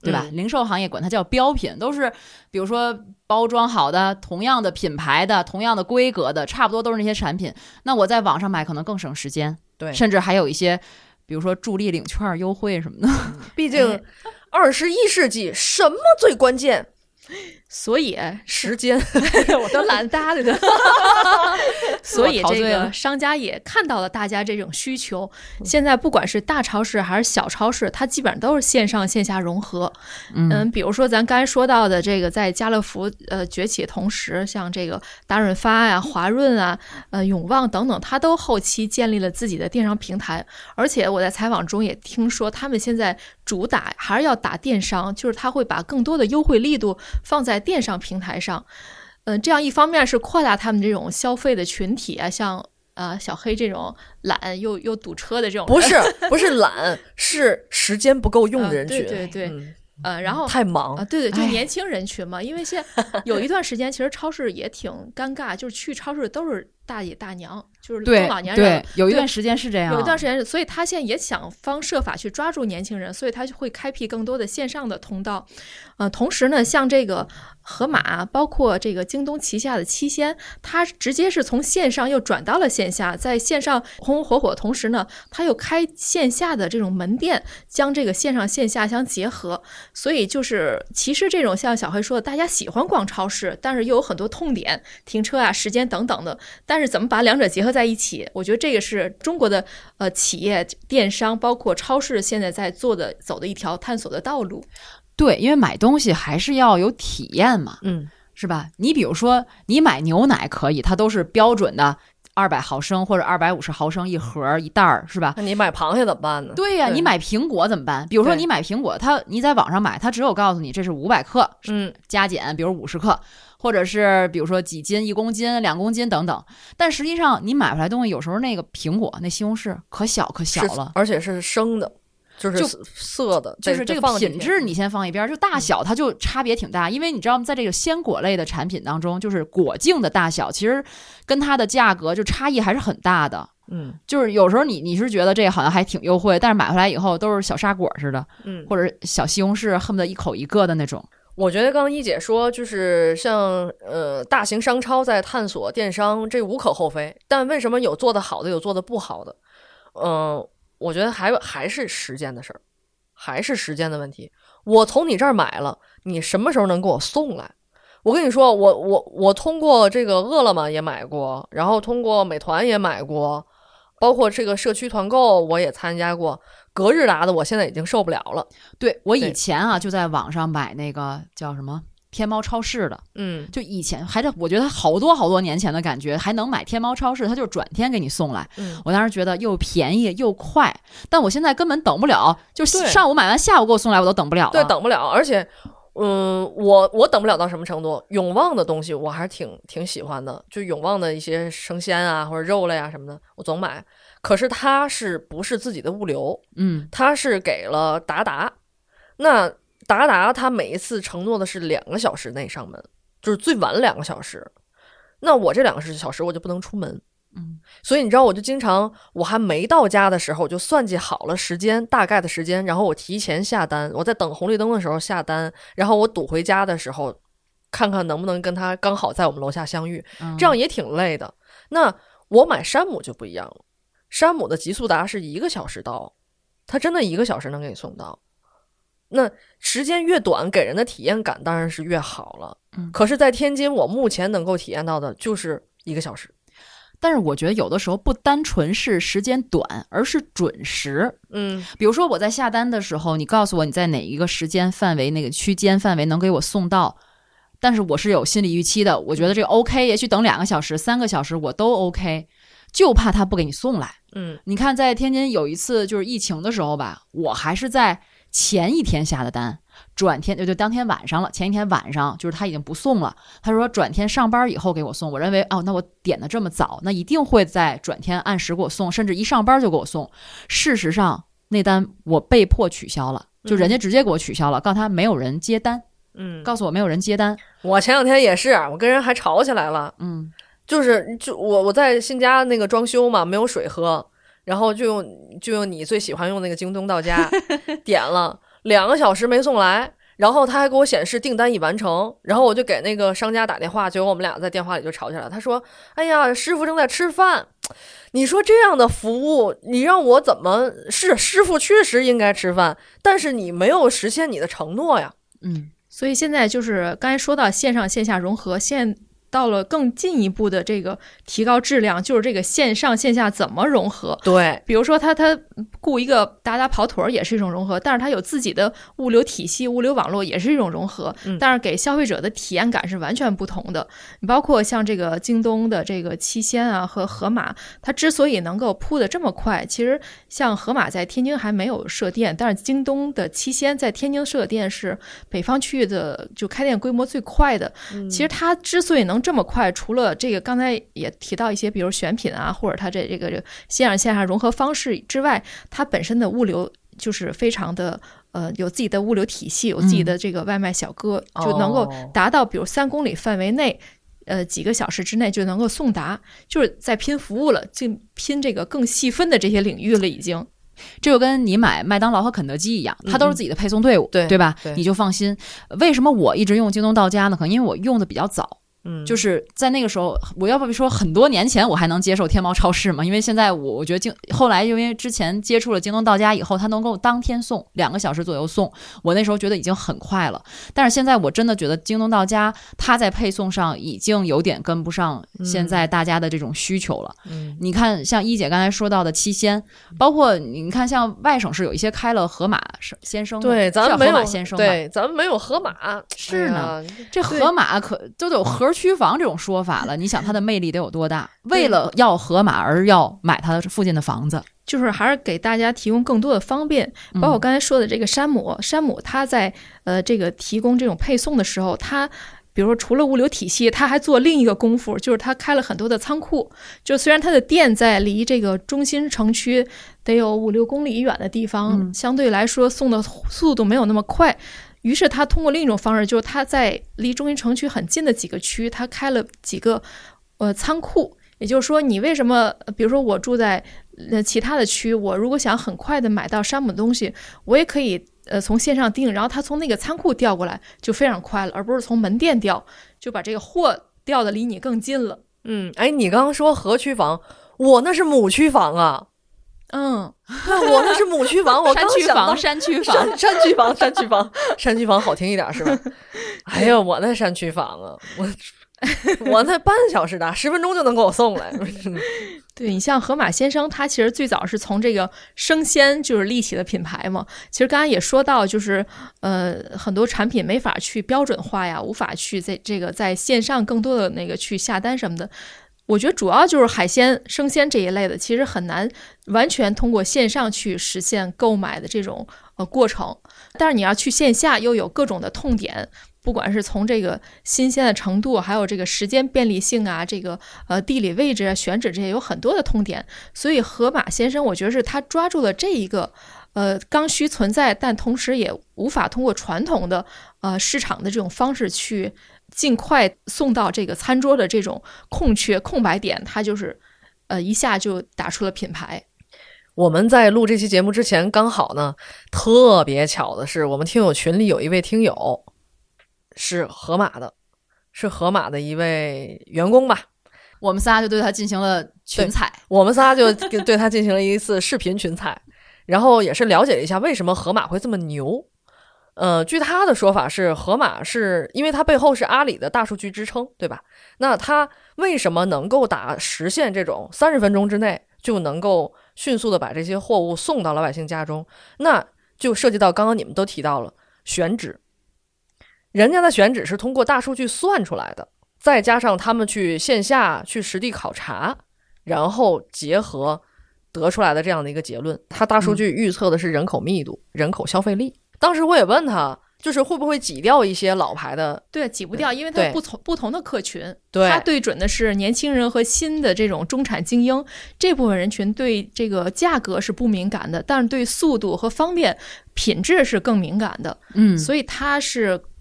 对吧？ 嗯、 零售行业管它叫标品，都是比如说包装好的，同样的品牌的，同样的规格的，差不多都是那些产品。那我在网上买可能更省时间， 对， 甚至还有一些比如说助力领券优惠什么的。 毕竟二十一世纪什么最关键？ 所以时间我都懒得搭理他。所以这我个商家也看到了大家这种需求，现在不管是大超市还是小超市，它基本上都是线上线下融合。 嗯， 嗯，比如说咱刚才说到的这个，在家乐福呃崛起的同时，像这个大润发呀、华润啊、呃永旺等等，它都后期建立了自己的电商平台。而且我在采访中也听说，他们现在主打还是要打电商，就是他会把更多的优惠力度放在电商平台上。嗯、呃，这样一方面是扩大他们这种消费的群体啊，像呃小黑这种懒又又堵车的这种人， 不是不是懒，是时间不够用的人群。 呃、对对对。嗯呃，然后太忙啊，对对，就年轻人群嘛，因为现在有一段时间，其实超市也挺尴尬，就是去超市都是大爷大娘，就是中老年人。 对，有一段时间是这样， 有一段时间，所以他现在也想方设法去抓住年轻人，所以他就会开辟更多的线上的通道。呃，同时呢，像这个盒马，包括这个京东旗下的七鲜，它直接是从线上又转到了线下，在线上红红火火，同时呢，它又开线下的这种门店，将这个线上线下相结合。所以就是其实这种像小黑说的，大家喜欢逛超市，但是又有很多痛点，停车啊、时间等等的。但是怎么把两者结合在一起，我觉得这个是中国的呃企业、电商包括超市现在在做的走的一条探索的道路。 对，因为买东西还是要有体验嘛， 嗯， 是吧？你比如说你买牛奶可以，它都是标准的二百毫升或者二百五十毫升一盒一袋儿，是吧？ 那你买螃蟹怎么办呢？ 对呀、啊，你买苹果怎么办？比如说你买苹果，它你在网上买，它只有告诉你这是五百克， 嗯， 加减，比如五十克，或者是比如说几斤、一公斤、两公斤等等。但实际上你买回来东西，有时候那个苹果那西红柿可小可小了， 而且是生的。就是色的， 就是这个品质你先放一边，就大小它就差别挺大。因为你知道在这个鲜果类的产品当中，就是果径的大小其实跟它的价格就差异还是很大的。 嗯， 就是有时候你你是觉得这个好像还挺优惠，但是买回来以后都是小沙果似的， 嗯， 或者小西红柿恨不得一口一个的那种。 我觉得刚刚一姐说，就是像呃大型商超在探索电商，这无可厚非。但为什么有做得好的，有做得不好的？嗯、呃。我觉得还有还是时间的事儿，还是时间的问题。我从你这儿买了，你什么时候能给我送来？我跟你说，我我我通过这个饿了么也买过，然后通过美团也买过，包括这个社区团购我也参加过。隔日达的我现在已经受不了了。 对，我以前啊就在网上买那个叫什么天猫超市的， 嗯， 就以前还是我觉得好多好多年前的感觉，还能买天猫超市，它就转天给你送来。 嗯， 我当时觉得又便宜又快，但我现在根本等不了，就上午买完下午给我送来我都等不了了。 对，等不了，而且。嗯，我我等不了到什么程度？永旺的东西我还是挺挺喜欢的，就永旺的一些生鲜啊或者肉类啊什么的，我总买。可是它是不是自己的物流？ 嗯， 它是给了达达。那达达它每一次承诺的是两个小时内上门，就是最晚两个小时。那我这两个小时我就不能出门。 嗯， 所以你知道，我就经常我还没到家的时候，我就算计好了时间，大概的时间，然后我提前下单，我在等红绿灯的时候下单，然后我堵回家的时候，看看能不能跟他刚好在我们楼下相遇， 嗯、 这样也挺累的。那我买山姆就不一样了，山姆的极速达是一个小时到，它真的一个小时能给你送到。那时间越短，给人的体验感当然是越好了。 嗯， 可是，在天津，我目前能够体验到的就是一个小时。 但是我觉得有的时候不单纯是时间短，而是准时。 嗯， 比如说我在下单的时候，你告诉我你在哪一个时间范围、那个区间范围能给我送到，但是我是有心理预期的，我觉得这个 OK， 也许等两个小时、三个小时我都 OK， 就怕他不给你送来。 嗯， 你看在天津有一次就是疫情的时候吧，我还是在前一天下的单，转天就就当天晚上了，前一天晚上就是他已经不送了，他说转天上班以后给我送。我认为哦，那我点的这么早，那一定会在转天按时给我送，甚至一上班就给我送。事实上那单我被迫取消了，就人家直接给我取消了，告诉他没有人接单， 嗯， 告诉我没有人接单。 我前两天也是，我跟人还吵起来了， 嗯， 就是就我我在新家那个装修嘛，没有水喝，然后就用就用你最喜欢用那个京东到家点了， 两个小时没送来，然后他还给我显示订单已完成，然后我就给那个商家打电话，结果我们俩在电话里就吵起来了。他说：“哎呀，师傅正在吃饭。”你说这样的服务，你让我怎么是师傅确实应该吃饭，但是你没有实现你的承诺呀。 嗯，所以现在就是刚才说到线上线下融合，现到了更进一步的这个提高质量，就是这个线上线下怎么融合。 对， 比如说他他雇一个打打跑腿也是一种融合，但是他有自己的物流体系、物流网络也是一种融合， 嗯、 但是给消费者的体验感是完全不同的。你包括像这个京东的这个七鲜啊和盒马，它之所以能够铺得这么快，其实像盒马在天津还没有设店，但是京东的七鲜在天津设店是北方区域的就开店规模最快的。 嗯、 其实它之所以能这么快，除了这个刚才也提到一些比如选品啊，或者它这这个线上线下融合方式之外，它本身的物流就是非常的呃有自己的物流体系，有自己的这个外卖小哥、嗯、就能够达到比如三公里范围内呃几个小时之内就能够送达，就是在拼服务了，就拼这个更细分的这些领域了已经。 这就跟你买麦当劳和肯德基一样，它都是自己的配送队伍， 嗯、对对吧？ 对， 你就放心。为什么我一直用京东到家呢？可能因为我用的比较早。 嗯， 就是在那个时候，我要不说很多年前我还能接受天猫超市嘛，因为现在我我觉得京后来因为之前接触了京东到家以后，它能够当天送两个小时左右送，我那时候觉得已经很快了。但是现在我真的觉得京东到家它在配送上已经有点跟不上现在大家的这种需求了。 嗯， 你看像一姐刚才说到的七鲜，包括你看像外省市有一些开了盒马先生， 对，咱们没有盒马先生， 对，咱们没有盒马， 是呢， 哎、 这盒马可都有盒区房这种说法了，你想它的魅力得有多大？为了要盒马而要买它附近的房子， 就是还是给大家提供更多的方便。包括我刚才说的这个山姆，嗯、山姆它在呃这个提供这种配送的时候，它比如说除了物流体系，它还做另一个功夫，就是它开了很多的仓库。就虽然它的店在离这个中心城区得有五六公里远的地方， 嗯、 相对来说送的速度没有那么快。于是他通过另一种方式，就是他在离中心城区很近的几个区，他开了几个呃仓库。也就是说，你为什么，比如说我住在呃其他的区，我如果想很快的买到山姆的东西，我也可以呃从线上订，然后他从那个仓库调过来，就非常快了，而不是从门店调，就把这个货调的离你更近了。 嗯，哎，你刚刚说河区房，我那是母区房啊。 嗯， 我那是母区房，我刚想到山区房， 山山区房，山区房，山区房好听一点是吧？哎呀，我那山区房啊，我我那半小时的，十分钟就能给我送来。 对，你像盒马鲜生，它其实最早是从这个生鲜就是立起的品牌嘛。其实刚才也说到，就是呃很多产品没法去标准化呀，无法去在这个在线上更多的那个去下单什么的。我觉得主要就是海鲜、生鲜这一类的，其实很难完全通过线上去实现购买的这种呃过程。但是你要去线下，又有各种的痛点，不管是从这个新鲜的程度，还有这个时间便利性啊，这个呃地理位置啊、选址这些有很多的痛点。所以盒马先生，我觉得是他抓住了这一个呃刚需存在，但同时也无法通过传统的呃市场的这种方式去尽快送到这个餐桌的这种空缺空白点，它就是呃一下就打出了品牌。 我们在录这期节目之前，刚好呢，特别巧的是，我们听友群里有一位听友是盒马的，是盒马的一位员工吧。 我们仨就对他进行了群采， 我们仨就对他进行了一次视频群采，然后也是了解了一下为什么盒马会这么牛。呃，据他的说法是，盒马是因为它背后是阿里的大数据支撑，对吧？那它为什么能够达实现这种三十分钟之内就能够迅速的把这些货物送到老百姓家中？那就涉及到刚刚你们都提到了选址，人家的选址是通过大数据算出来的，再加上他们去线下去实地考察，然后结合得出来的这样的一个结论。他大数据预测的是人口密度、嗯、人口消费力。当时我也问他，就是会不会挤掉一些老牌的？ 对，挤不掉，因为它不同不同的客群， 对， 它对准的是年轻人和新的这种中产精英这部分人群，对这个价格是不敏感的，但是对速度和方便、品质是更敏感的。 嗯， 所以它是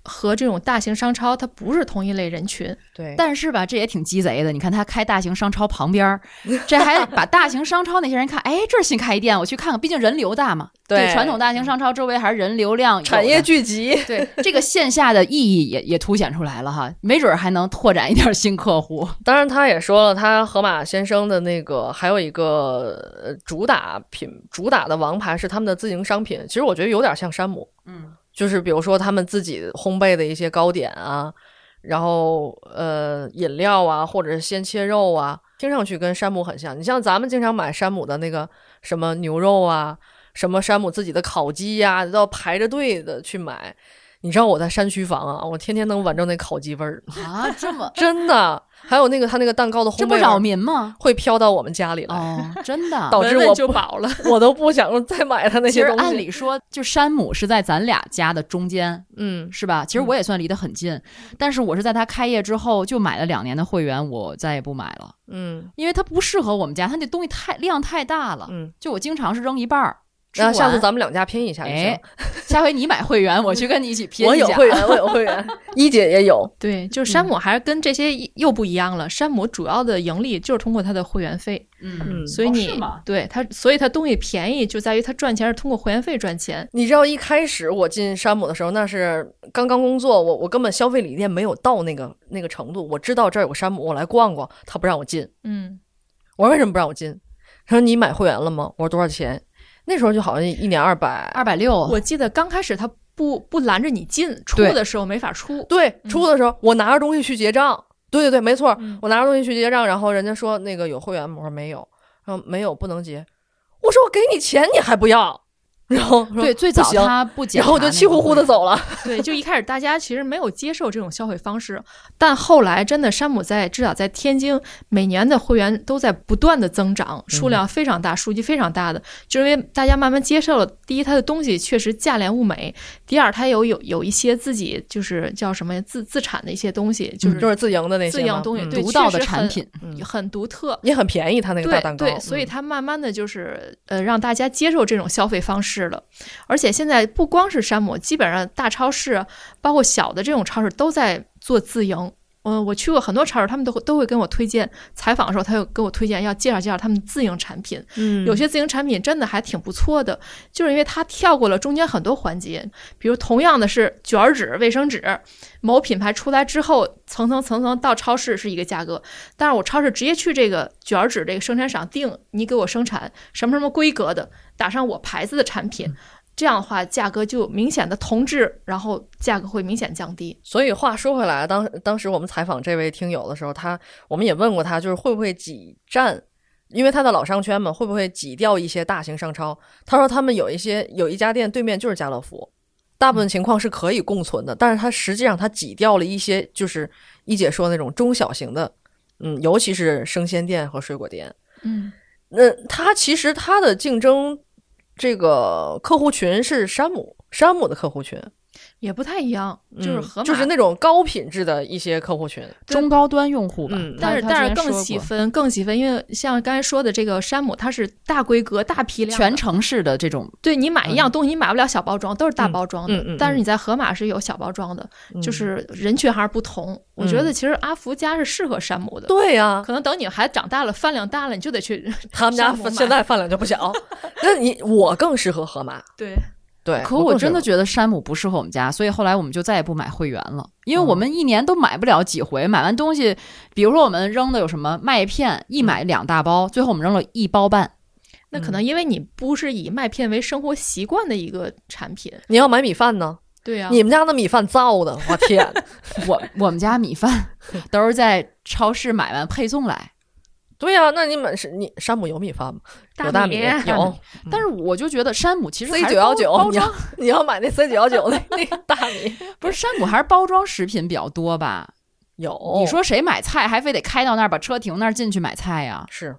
和这种大型商超它不是同一类人群。 对， 但是吧，这也挺鸡贼的。你看他开大型商超旁边，这还把大型商超那些人看，哎，这儿新开一店，我去看看，毕竟人流大嘛。 对， 传统大型商超周围还是人流量产业聚集。 对，这个线下的意义也也凸显出来了哈，没准还能拓展一点新客户。 当然，他也说了，他盒马先生的那个还有一个主打品，主打的王牌是他们的自营商品。其实我觉得有点像山姆， 嗯， 就是比如说他们自己烘焙的一些糕点啊，然后呃饮料啊，或者是鲜切肉啊，听上去跟山姆很像。你像咱们经常买山姆的那个什么牛肉啊，什么山姆自己的烤鸡呀、啊，都要排着队的去买。你知道我在山区房啊，我天天能闻着那烤鸡味儿啊，这么真的。还有那个他那个蛋糕的烘焙， 这不扰民吗？ 会飘到我们家里来， 哦，真的， 导致我闻闻就饱了， 我都不想再买他那些东西。 其实按理说，就山姆是在咱俩家的中间， 嗯， 是吧？其实我也算离得很近，嗯、但是我是在他开业之后就买了两年的会员，我再也不买了， 嗯， 因为它不适合我们家，它那东西太量太大了， 嗯， 就我经常是扔一半儿。 那下次咱们两家拼一下， 哎，下回你买会员，我去跟你一起拼一下。 我有会员，我有会员，一姐也有。 对，就是山姆还是跟这些又不一样了。山姆主要的盈利就是通过它的会员费， 嗯， 所以你、 哦、 对它，所以它东西便宜就在于它赚钱是通过会员费赚钱。 你知道一开始我进山姆的时候，那是刚刚工作，我我根本消费理念没有到那个那个程度。我知道这儿有个山姆，我来逛逛，他不让我进。 嗯， 我说为什么不让我进？他说你买会员了吗？我说多少钱？那时候就好像一年二百二百六， 我记得刚开始他不不拦着你进，出的时候没法出。 对，出的时候、嗯、我拿着东西去结账。对对对，没错、 嗯， 我拿着东西去结账，然后人家说那个有会员吗？我说没有，然后没有不能结。我说我给你钱你还不要。然后对，最早他不检查， 然后我就气呼呼的走了。 对，就一开始大家其实没有接受这种消费方式，但后来真的山姆在至少在天津每年的会员都在不断的增长，数量非常大，数据非常大的，就是因为大家慢慢接受了，第一，它的东西确实价廉物美；第二，它有有有一些自己就是叫什么自自产的一些东西，就是、 嗯、就是自营的那些自营东西， 嗯、 对， 独到的产品， 很, 很独特， 也很便宜。它那个大蛋糕， 对，对所以它慢慢的就是呃让大家接受这种消费方式了。而且现在不光是山姆，基本上大超市，包括小的这种超市都在做自营。嗯，我去过很多超市，他们都会都会跟我推荐，采访的时候他有跟我推荐要介绍介绍他们自营产品。 嗯， 有些自营产品真的还挺不错的，就是因为他跳过了中间很多环节，比如同样的是卷纸、卫生纸，某品牌出来之后，层层层层到超市是一个价格，但是我超市直接去这个卷纸这个生产厂定，你给我生产什么什么规格的，打上我牌子的产品。嗯，这样的话价格就明显的同质，然后价格会明显降低。 所以话说回来，当当时我们采访这位听友的时候，他我们也问过他，就是会不会挤占，因为他的老商圈嘛，会不会挤掉一些大型商超？他说他们有一些有一家店对面就是家乐福，大部分情况是可以共存的，但是他实际上他挤掉了一些，就是一姐说的那种中小型的，嗯，尤其是生鲜店和水果店。 嗯， 那他其实他的竞争。这个客户群是山姆，山姆的客户群也不太一样，就是盒马、 嗯、就是那种高品质的一些客户群， 中高端用户吧。 嗯、 但是但是更细分，更细分，因为像刚才说的这个山姆，它是大规格、大批量、 全城市的这种。 对，你买一样东西，你买不了小包装，都是大包装的。 嗯嗯嗯、 但是你在盒马是有小包装的， 嗯、 就是人群还是不同。嗯、我觉得其实阿福家是适合山姆的。 对呀、啊， 可能等你孩子长大了，饭量大了，你就得去。 他们家现在饭量就不小，那你我更适合盒马。 对。 对， 可我真的觉得山姆不适合我们家，所以后来我们就再也不买会员了，因为我们一年都买不了几回，嗯、买完东西，比如说我们扔的有什么麦片，一买两大包，最后我们扔了一包半。 那可能因为你不是以麦片为生活习惯的一个产品， 你要买米饭呢？ 对呀、啊， 你们家的米饭造的，我天！ 我我们家米饭都是在超市买完配送来。 对呀、啊，那你们是你山姆有米饭吗？有大米有， 但是我就觉得山姆其实 C 九幺九，你要你要买那 C 九幺九那那大米， 不是山姆还是包装食品比较多吧？ 有， 你说谁买菜还非得开到那儿把车停那儿进去买菜呀？ 是，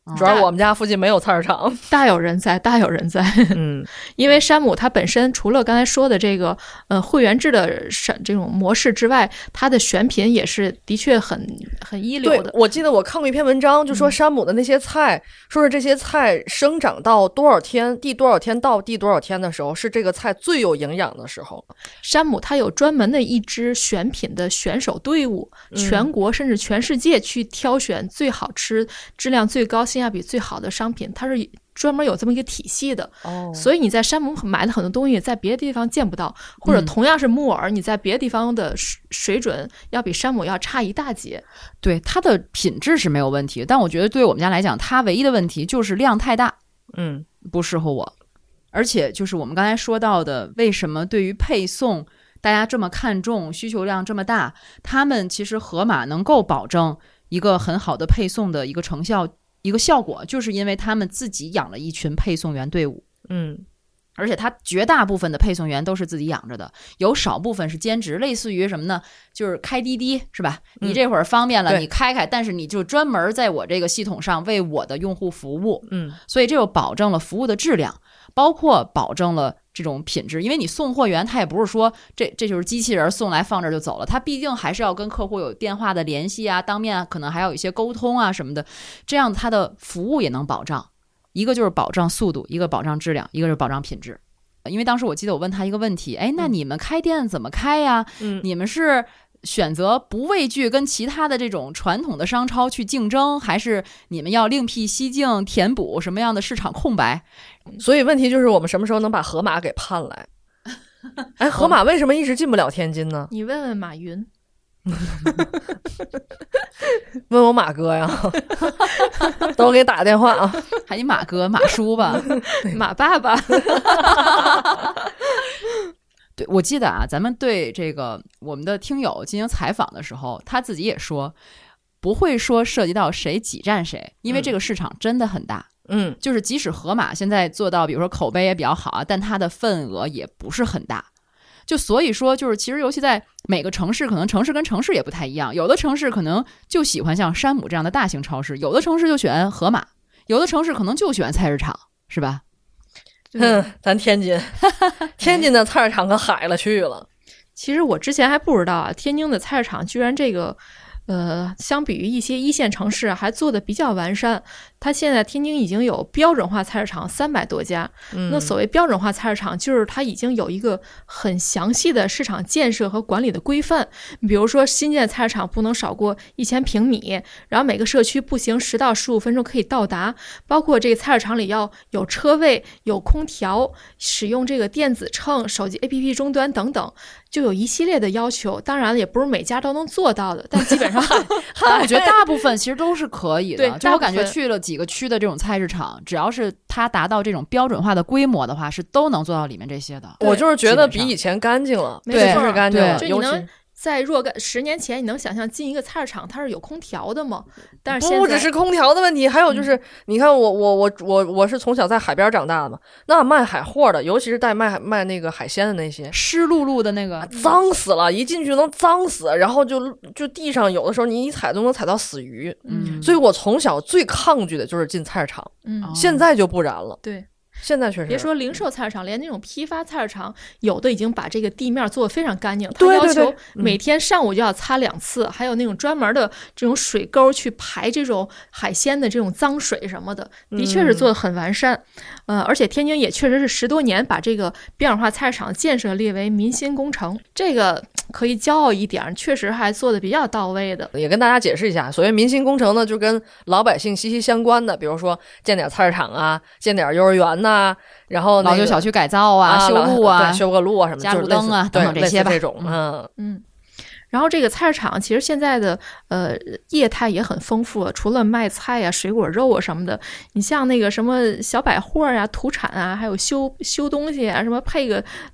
主要我们家附近没有菜市场， 大有人在，大有人在。 嗯， 因为山姆它本身除了刚才说的这个呃会员制的审这种模式之外，它的选品也是的确很很一流的。 对，我记得我看过一篇文章，就说山姆的那些菜，嗯、说是这些菜生长到多少天，第多少天到第多少天的时候，是这个菜最有营养的时候。 山姆它有专门的一支选品的选手队伍， 嗯、 全国甚至全世界去挑选最好吃、质量最高、性价比最好的商品，它是专门有这么一个体系的。 哦， 所以你在山姆买的很多东西，在别的地方见不到，或者同样是木耳，嗯、你在别的地方的水准要比山姆要差一大截。 对，它的品质是没有问题，但我觉得对我们家来讲，它唯一的问题就是量太大， 嗯， 不适合我。而且就是我们刚才说到的，为什么对于配送大家这么看重，需求量这么大，他们其实盒马能够保证一个很好的配送的一个成效。一个效果，就是因为他们自己养了一群配送员队伍， 嗯， 而且他绝大部分的配送员都是自己养着的，有少部分是兼职，类似于什么呢？就是开滴滴是吧？ 嗯、 你这会儿方便了， 对你开开，但是你就专门在我这个系统上为我的用户服务， 嗯， 所以这就保证了服务的质量，包括保证了这种品质。因为你送货员他也不是说这这就是机器人送来放这就走了，他毕竟还是要跟客户有电话的联系啊，当面可能还有一些沟通啊什么的，这样他的服务也能保障。一个就是保障速度，一个保障质量，一个是保障品质。因为当时我记得我问他一个问题，哎，那你们开店怎么开呀？ 嗯， 你们是选择不畏惧跟其他的这种传统的商超去竞争，还是你们要另辟蹊径，填补什么样的市场空白？ 所以问题就是我们什么时候能把盒马给盼来？哎，盒马为什么一直进不了天津呢？ 你问问马云。 问我马哥呀，等我给你打个电话啊。 还你马哥马叔吧， 马爸爸。 对，我记得啊，咱们对这个我们的听友进行采访的时候，他自己也说不会说涉及到谁挤占谁，因为这个市场真的很大。 嗯， 就是即使盒马现在做到比如说口碑也比较好啊，但它的份额也不是很大。就所以说就是其实尤其在每个城市，可能城市跟城市也不太一样，有的城市可能就喜欢像山姆这样的大型超市，有的城市就选盒马，有的城市可能就选菜市场，是吧？ 嗯，咱天津天津的菜市场可海了去了。 其实我之前还不知道啊，天津的菜市场居然这个呃，相比于一些一线城市还做的比较完善。它现在天津已经有标准化菜市场三百多家、嗯、那所谓标准化菜市场就是它已经有一个很详细的市场建设和管理的规范，比如说新建菜市场不能少过一千平米，然后每个社区步行十到十五分钟可以到达，包括这个菜市场里要有车位、有空调，使用这个电子秤、手机 A P P 终端等等，就有一系列的要求。当然也不是每家都能做到的，但基本上但我觉得大部分其实都是可以的。 对， 就我感觉去了几个区的这种菜市场，只要是它达到这种标准化的规模的话，是都能做到里面这些的。 我就是觉得比以前干净了， 对， 是干净了。 就你能在若干十年前，你能想象进一个菜市场它是有空调的吗？但是现在不只是空调的问题，还有就是，嗯、你看我我我我我是从小在海边长大的嘛，那卖海货的，尤其是带卖卖那个海鲜的那些， 湿漉漉的那个， 脏死了，一进去能脏死，然后就就地上有的时候你一踩都能踩到死鱼， 嗯， 所以我从小最抗拒的就是进菜市场， 嗯， 现在就不然了， 对。 现在确实别说零售菜市场，连那种批发菜市场，有的已经把这个地面做得非常干净。 对对对， 他要求每天上午就要擦两次，嗯、还有那种专门的这种水沟去排这种海鲜的这种脏水什么的，的确是做得很完善。嗯、呃，而且天津也确实是十多年把这个标准化菜市场建设列为民心工程，这个可以骄傲一点，确实还做得比较到位的。 也跟大家解释一下，所谓民心工程呢，就跟老百姓息息相关的，比如说建点菜市场啊，建点幼儿园呐、啊。然后、那个、 老旧小区改造啊，啊修路啊， 修个路啊什么， 加路灯啊等等这些吧， 这种嗯嗯。然后这个菜市场其实现在的呃业态也很丰富，除了卖菜啊、水果、肉啊什么的，你像那个什么小百货啊、土产啊，还有修修东西啊，什么配个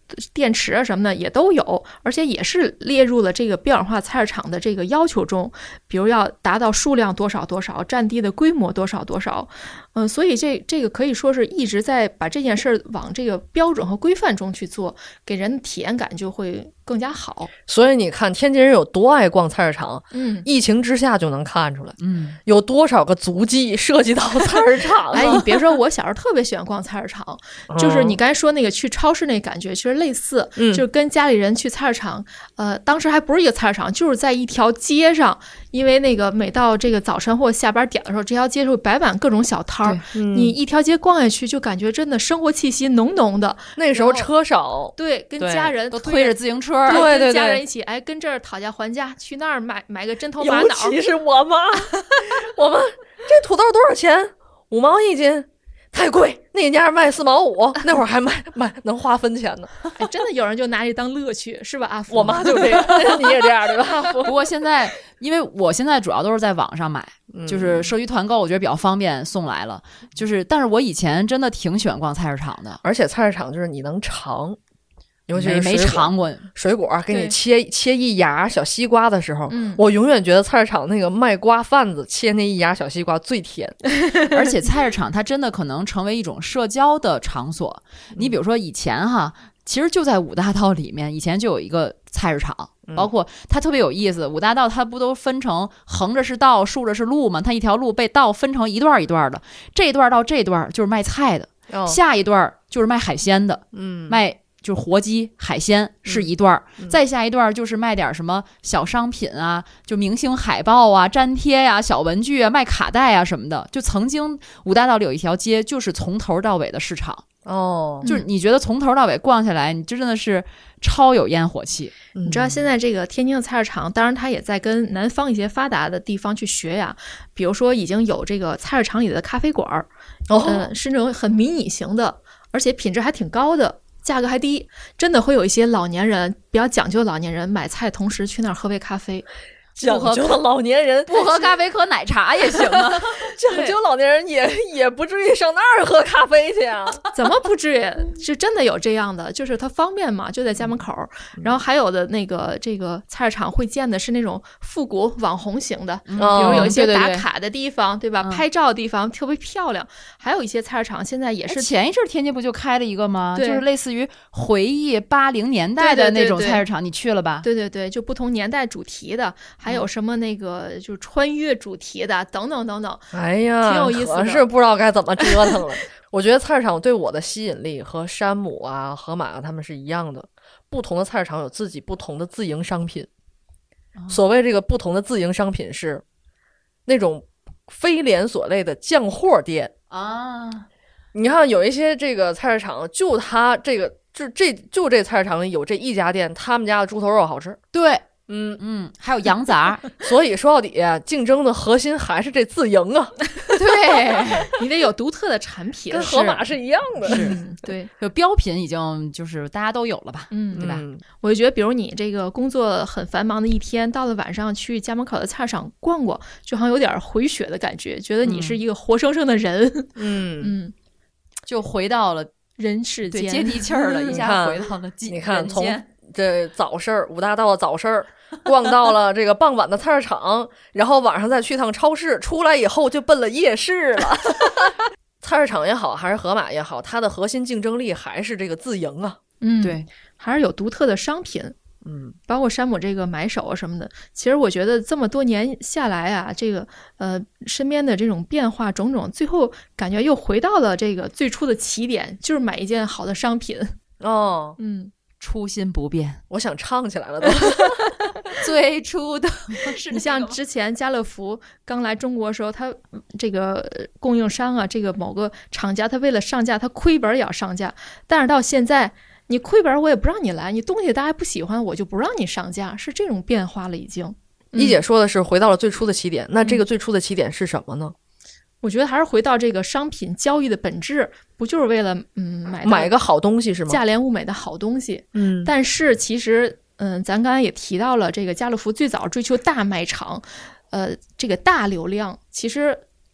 电池啊什么的也都有，而且也是列入了这个标准化菜市场的这个要求中，比如要达到数量多少多少，占地的规模多少多少，嗯、呃，所以这这个可以说是一直在把这件事儿往这个标准和规范中去做，给人的体验感就会更加好。 所以你看天津人有多爱逛菜市场， 嗯， 疫情之下就能看出来， 嗯， 有多少个足迹涉及到菜市场。 哎，你别说，我小时候特别喜欢逛菜市场，就是你刚才说那个去超市那感觉，其实类似， 嗯、 就是跟家里人去菜市场，呃，当时还不是一个菜市场，就是在一条街上，因为那个每到这个早晨或下班点的时候，这条街就会摆满各种小摊儿， 嗯、 你一条街逛下去，就感觉真的生活气息浓浓的。 那个时候车少， 对，跟家人都推着自行车， 对对对， 跟家人一起，哎，跟这儿讨价还价，去那儿买买个针头玛瑙。 尤其是我妈，我们这土豆多少钱？五毛一斤。太贵，那家卖四毛五，那会儿还卖卖能花分钱呢。 哎，真的有人就拿这当乐趣，是吧？阿福， 我妈就这样，你也这样对吧？阿福。 不过现在，因为我现在主要都是在网上买， 嗯、 就是社区团购，我觉得比较方便，送来了。就是，但是我以前真的挺喜欢逛菜市场的， 而且菜市场就是你能尝。尤其是没尝过水果，给你切切一芽小西瓜的时候， 嗯、 我永远觉得菜市场那个卖瓜贩子切那一芽小西瓜最甜。 而且菜市场它真的可能成为一种社交的场所。嗯、你比如说以前哈，其实就在五大道里面，以前就有一个菜市场， 嗯、 包括它特别有意思。五大道它不都分成横着是道，竖着是路吗？它一条路被道分成一段一段的，这一段到这段就是卖菜的， 哦、 下一段就是卖海鲜的， 嗯， 卖。就是活鸡海鲜是一段、 嗯、 再下一段就是卖点什么小商品啊，就明星海报啊、粘贴呀、啊、小文具啊、卖卡带啊什么的。就曾经五大道里有一条街，就是从头到尾的市场哦， 就是你觉得从头到尾逛下来，你就真的是超有烟火气。 嗯、你知道现在这个天津的菜市场，当然它也在跟南方一些发达的地方去学呀，比如说已经有这个菜市场里的咖啡馆， 哦、 呃，是那种很迷你型的，而且品质还挺高的。价格还低，真的会有一些老年人比较讲究的老年人买菜同时去那儿喝杯咖啡。 讲究的老年人不喝咖啡喝奶茶也行啊。 讲究老年人也也不至于上那儿喝咖啡去啊。 怎么不至于？是真的有这样的，就是它方便嘛，就在家门口。 嗯、 然后还有的那个这个菜市场会建的是那种复古网红型的， 嗯、 比如有一些打打卡的地方，对, 对, 对, 对吧？嗯、拍照的地方特别漂亮。还有一些菜市场现在也是， 前一阵天津不就开了一个吗？就是类似于回忆八零年代的那种菜市场，你去了吧？ 对对对，就不同年代主题的，还有什么那个。呃，就是穿越主题的，等等等等。 哎呀， 挺有意思的， 可是不知道该怎么折腾了。我觉得菜市场对我的吸引力和山姆啊、河马啊他们是一样的。不同的菜市场有自己不同的自营商品。哦、所谓这个不同的自营商品是那种非连锁类的酱货店啊。 你看有一些这个菜市场，就它这个就这就这菜市场里有这一家店，他们家的猪头肉好吃。 对。 嗯嗯，还有羊杂， 所以说到底竞争的核心还是这自营啊。 对，你得有独特的产品， 跟河马是一样的。 是，对， 就标品已经就是大家都有了吧， 嗯， 对吧？ 嗯、 我就觉得，比如你这个工作很繁忙的一天，到了晚上去家门口的菜市场逛逛，就好像有点回血的感觉，觉得你是一个活生生的人， 嗯嗯， 就回到了人世间， 接地气儿了，一下回到了你看从这早市儿五大道的早市儿。逛到了这个傍晚的菜市场，然后晚上再去趟超市，出来以后就奔了夜市了。菜市场也好，还是河马也好，它的核心竞争力还是这个自营啊。 嗯， 对， 还是有独特的商品。 嗯， 包括山姆这个买手啊什么的。其实我觉得这么多年下来啊，这个呃身边的这种变化种种，最后感觉又回到了这个最初的起点，就是买一件好的商品。 哦， 嗯。 初心不变， 我想唱起来了都。 最初的是你像之前家乐福刚来中国的时候，他这个供应商啊，这个某个厂家，他为了上架，他亏本也要上架。但是到现在，你亏本我也不让你来，你东西大家不喜欢，我就不让你上架，是这种变化了已经。 一姐说的是回到了最初的起点，那这个最初的起点是什么呢？ 我觉得还是回到这个商品交易的本质，不就是为了嗯买买个好东西是吗？ 价廉物美的好东西。 嗯， 但是其实嗯，咱刚才也提到了，这个家乐福最早追求大卖场，呃，这个大流量，其实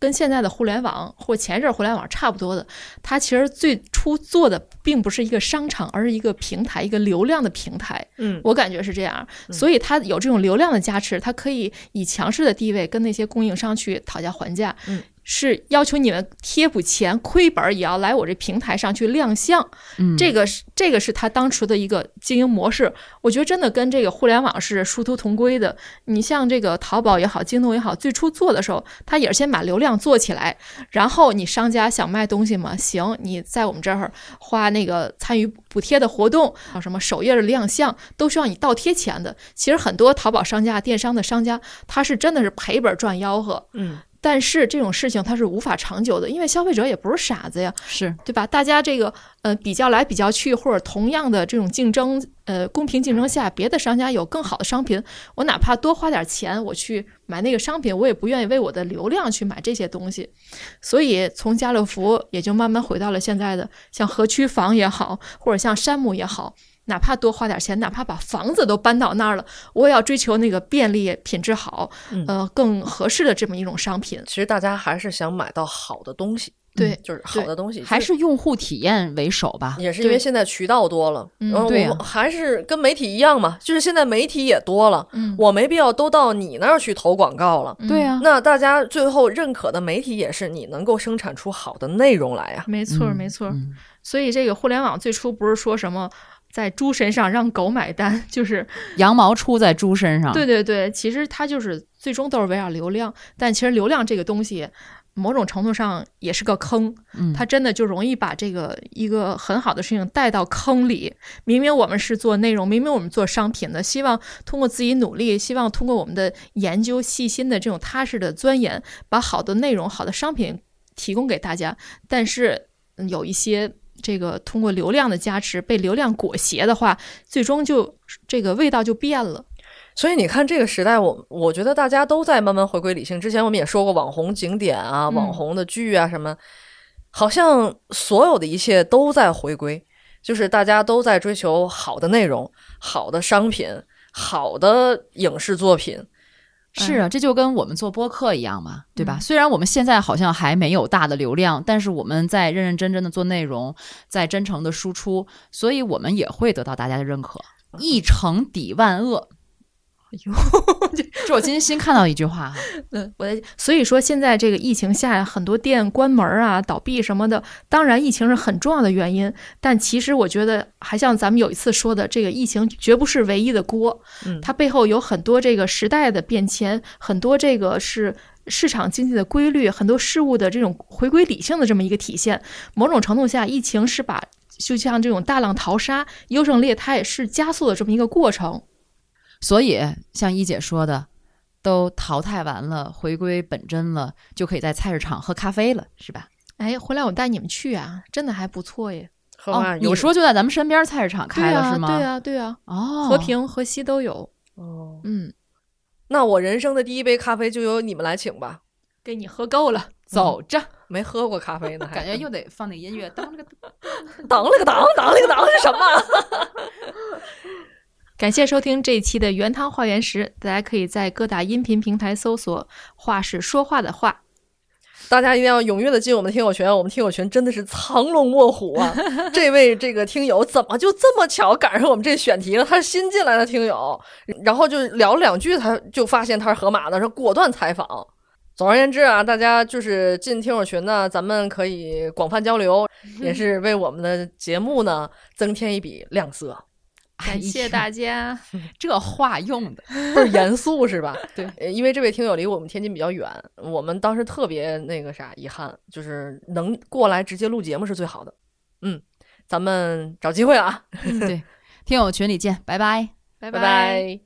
跟现在的互联网或前阵互联网差不多的，它其实最初做的并不是一个商场，而是一个平台，一个流量的平台。 嗯， 我感觉是这样，所以它有这种流量的加持，它可以以强势的地位跟那些供应商去讨价还价。 嗯。 是要求你们贴补钱亏本也要来我这平台上去亮相， 嗯， 这个是这个是他当初的一个经营模式，我觉得真的跟这个互联网是殊途同归的。你像这个淘宝也好，京东也好，最初做的时候，他也是先把流量做起来，然后你商家想卖东西嘛，行，你在我们这儿花那个参与补贴的活动，还有什么首页的亮相，都需要你倒贴钱的。其实很多淘宝商家、电商的商家，他是真的是赔本赚吆喝， 嗯。 但是这种事情它是无法长久的，因为消费者也不是傻子呀， 是对吧？大家这个呃比较来比较去，或者同样的这种竞争，呃公平竞争下，别的商家有更好的商品，我哪怕多花点钱我去买那个商品，我也不愿意为我的流量去买这些东西。所以从家乐福也就慢慢回到了现在的像河区房也好，或者像山姆也好。哪怕多花点钱，哪怕把房子都搬到那儿了，我也要追求那个便利、品质好，呃，更合适的这么一种商品。 其实大家还是想买到好的东西， 对， 嗯、就是好的东西， 还是用户体验为首吧。 也是因为现在渠道多了， 嗯， 对、啊，我们还是跟媒体一样嘛，就是现在媒体也多了， 嗯， 我没必要都到你那儿去投广告了， 对啊。 那大家最后认可的媒体也是你能够生产出好的内容来呀、啊。 没错，没错、 嗯。 所以这个互联网最初不是说什么。在猪身上让狗买单，就是羊毛出在猪身上。 对对对，其实它就是最终都是围绕流量，但其实流量这个东西，某种程度上也是个坑， 嗯， 它真的就容易把这个一个很好的事情带到坑里。明明我们是做内容，明明我们做商品的，希望通过自己努力，希望通过我们的研究、细心的这种踏实的钻研，把好的内容、好的商品提供给大家，但是有一些。这个通过流量的加持被流量裹挟的话，最终就这个味道就变了。 所以你看这个时代，我我觉得大家都在慢慢回归理性。之前我们也说过网红景点啊、网红的剧啊什么、嗯、好像所有的一切都在回归，就是大家都在追求好的内容、好的商品、好的影视作品。 是啊，这就跟我们做播客一样嘛，对吧、嗯、虽然我们现在好像还没有大的流量，但是我们在认认真真的做内容，在真诚的输出，所以我们也会得到大家的认可。一诚抵万恶，哎呦，这我今天新看到一句话哈。 嗯，我所以说现在这个疫情下，很多店关门啊、倒闭什么的，当然疫情是很重要的原因，但其实我觉得还像咱们有一次说的，这个疫情绝不是唯一的锅， 嗯， 它背后有很多这个时代的变迁，很多这个是市场经济的规律，很多事物的这种回归理性的这么一个体现。某种程度下，疫情是把就像这种大浪淘沙、优胜劣汰是加速的这么一个过程。 所以像一姐说的，都淘汰完了，回归本真了，就可以在菜市场喝咖啡了，是吧？ 哎，回来我带你们去啊，真的还不错耶。 喝完、 哦、你说就在咱们身边菜市场开了、 啊、 是吗？ 对啊对啊。 哦， 和平河西都有。 哦， 嗯， 那我人生的第一杯咖啡就由你们来请吧。 给你喝够了， 走着、嗯、 没喝过咖啡呢， 感觉又得放那音乐，当了个当了个当，当了个当是什么？ 感谢收听这一期的原汤化原食，大家可以在各大音频平台搜索“话是说话的话”。 大家一定要踊跃的进我们的听友群，我们听友群真的是藏龙卧虎啊！这位这个听友怎么就这么巧赶上我们这选题了？他是新进来的听友，然后就聊了两句，他就发现他是河马的，说果断采访。总而言之啊，大家就是进听友群呢，咱们可以广泛交流，也是为我们的节目呢增添一笔亮色。 感谢大家， 这话用的不是严肃是吧？ 对， 因为这位听友离我们天津比较远，我们当时特别那个啥遗憾，就是能过来直接录节目是最好的。嗯，咱们找机会啊。 嗯、对，听友群里见，拜拜， 拜拜拜。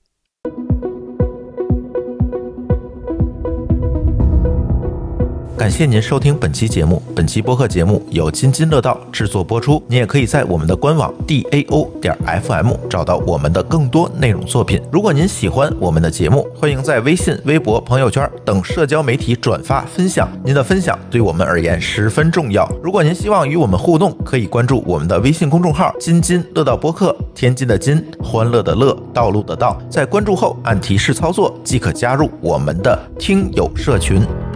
感谢您收听本期节目，本期播客节目由津津乐道制作播出。你也可以在我们的官网 D A O 点 F M 找到我们的更多内容作品。如果您喜欢我们的节目，欢迎在微信、微博、朋友圈等社交媒体转发分享，您的分享对我们而言十分重要。如果您希望与我们互动，可以关注我们的微信公众号津津乐道播客，天津的津，欢乐的乐，道路的道。在关注后按提示操作即可加入我们的听友社群。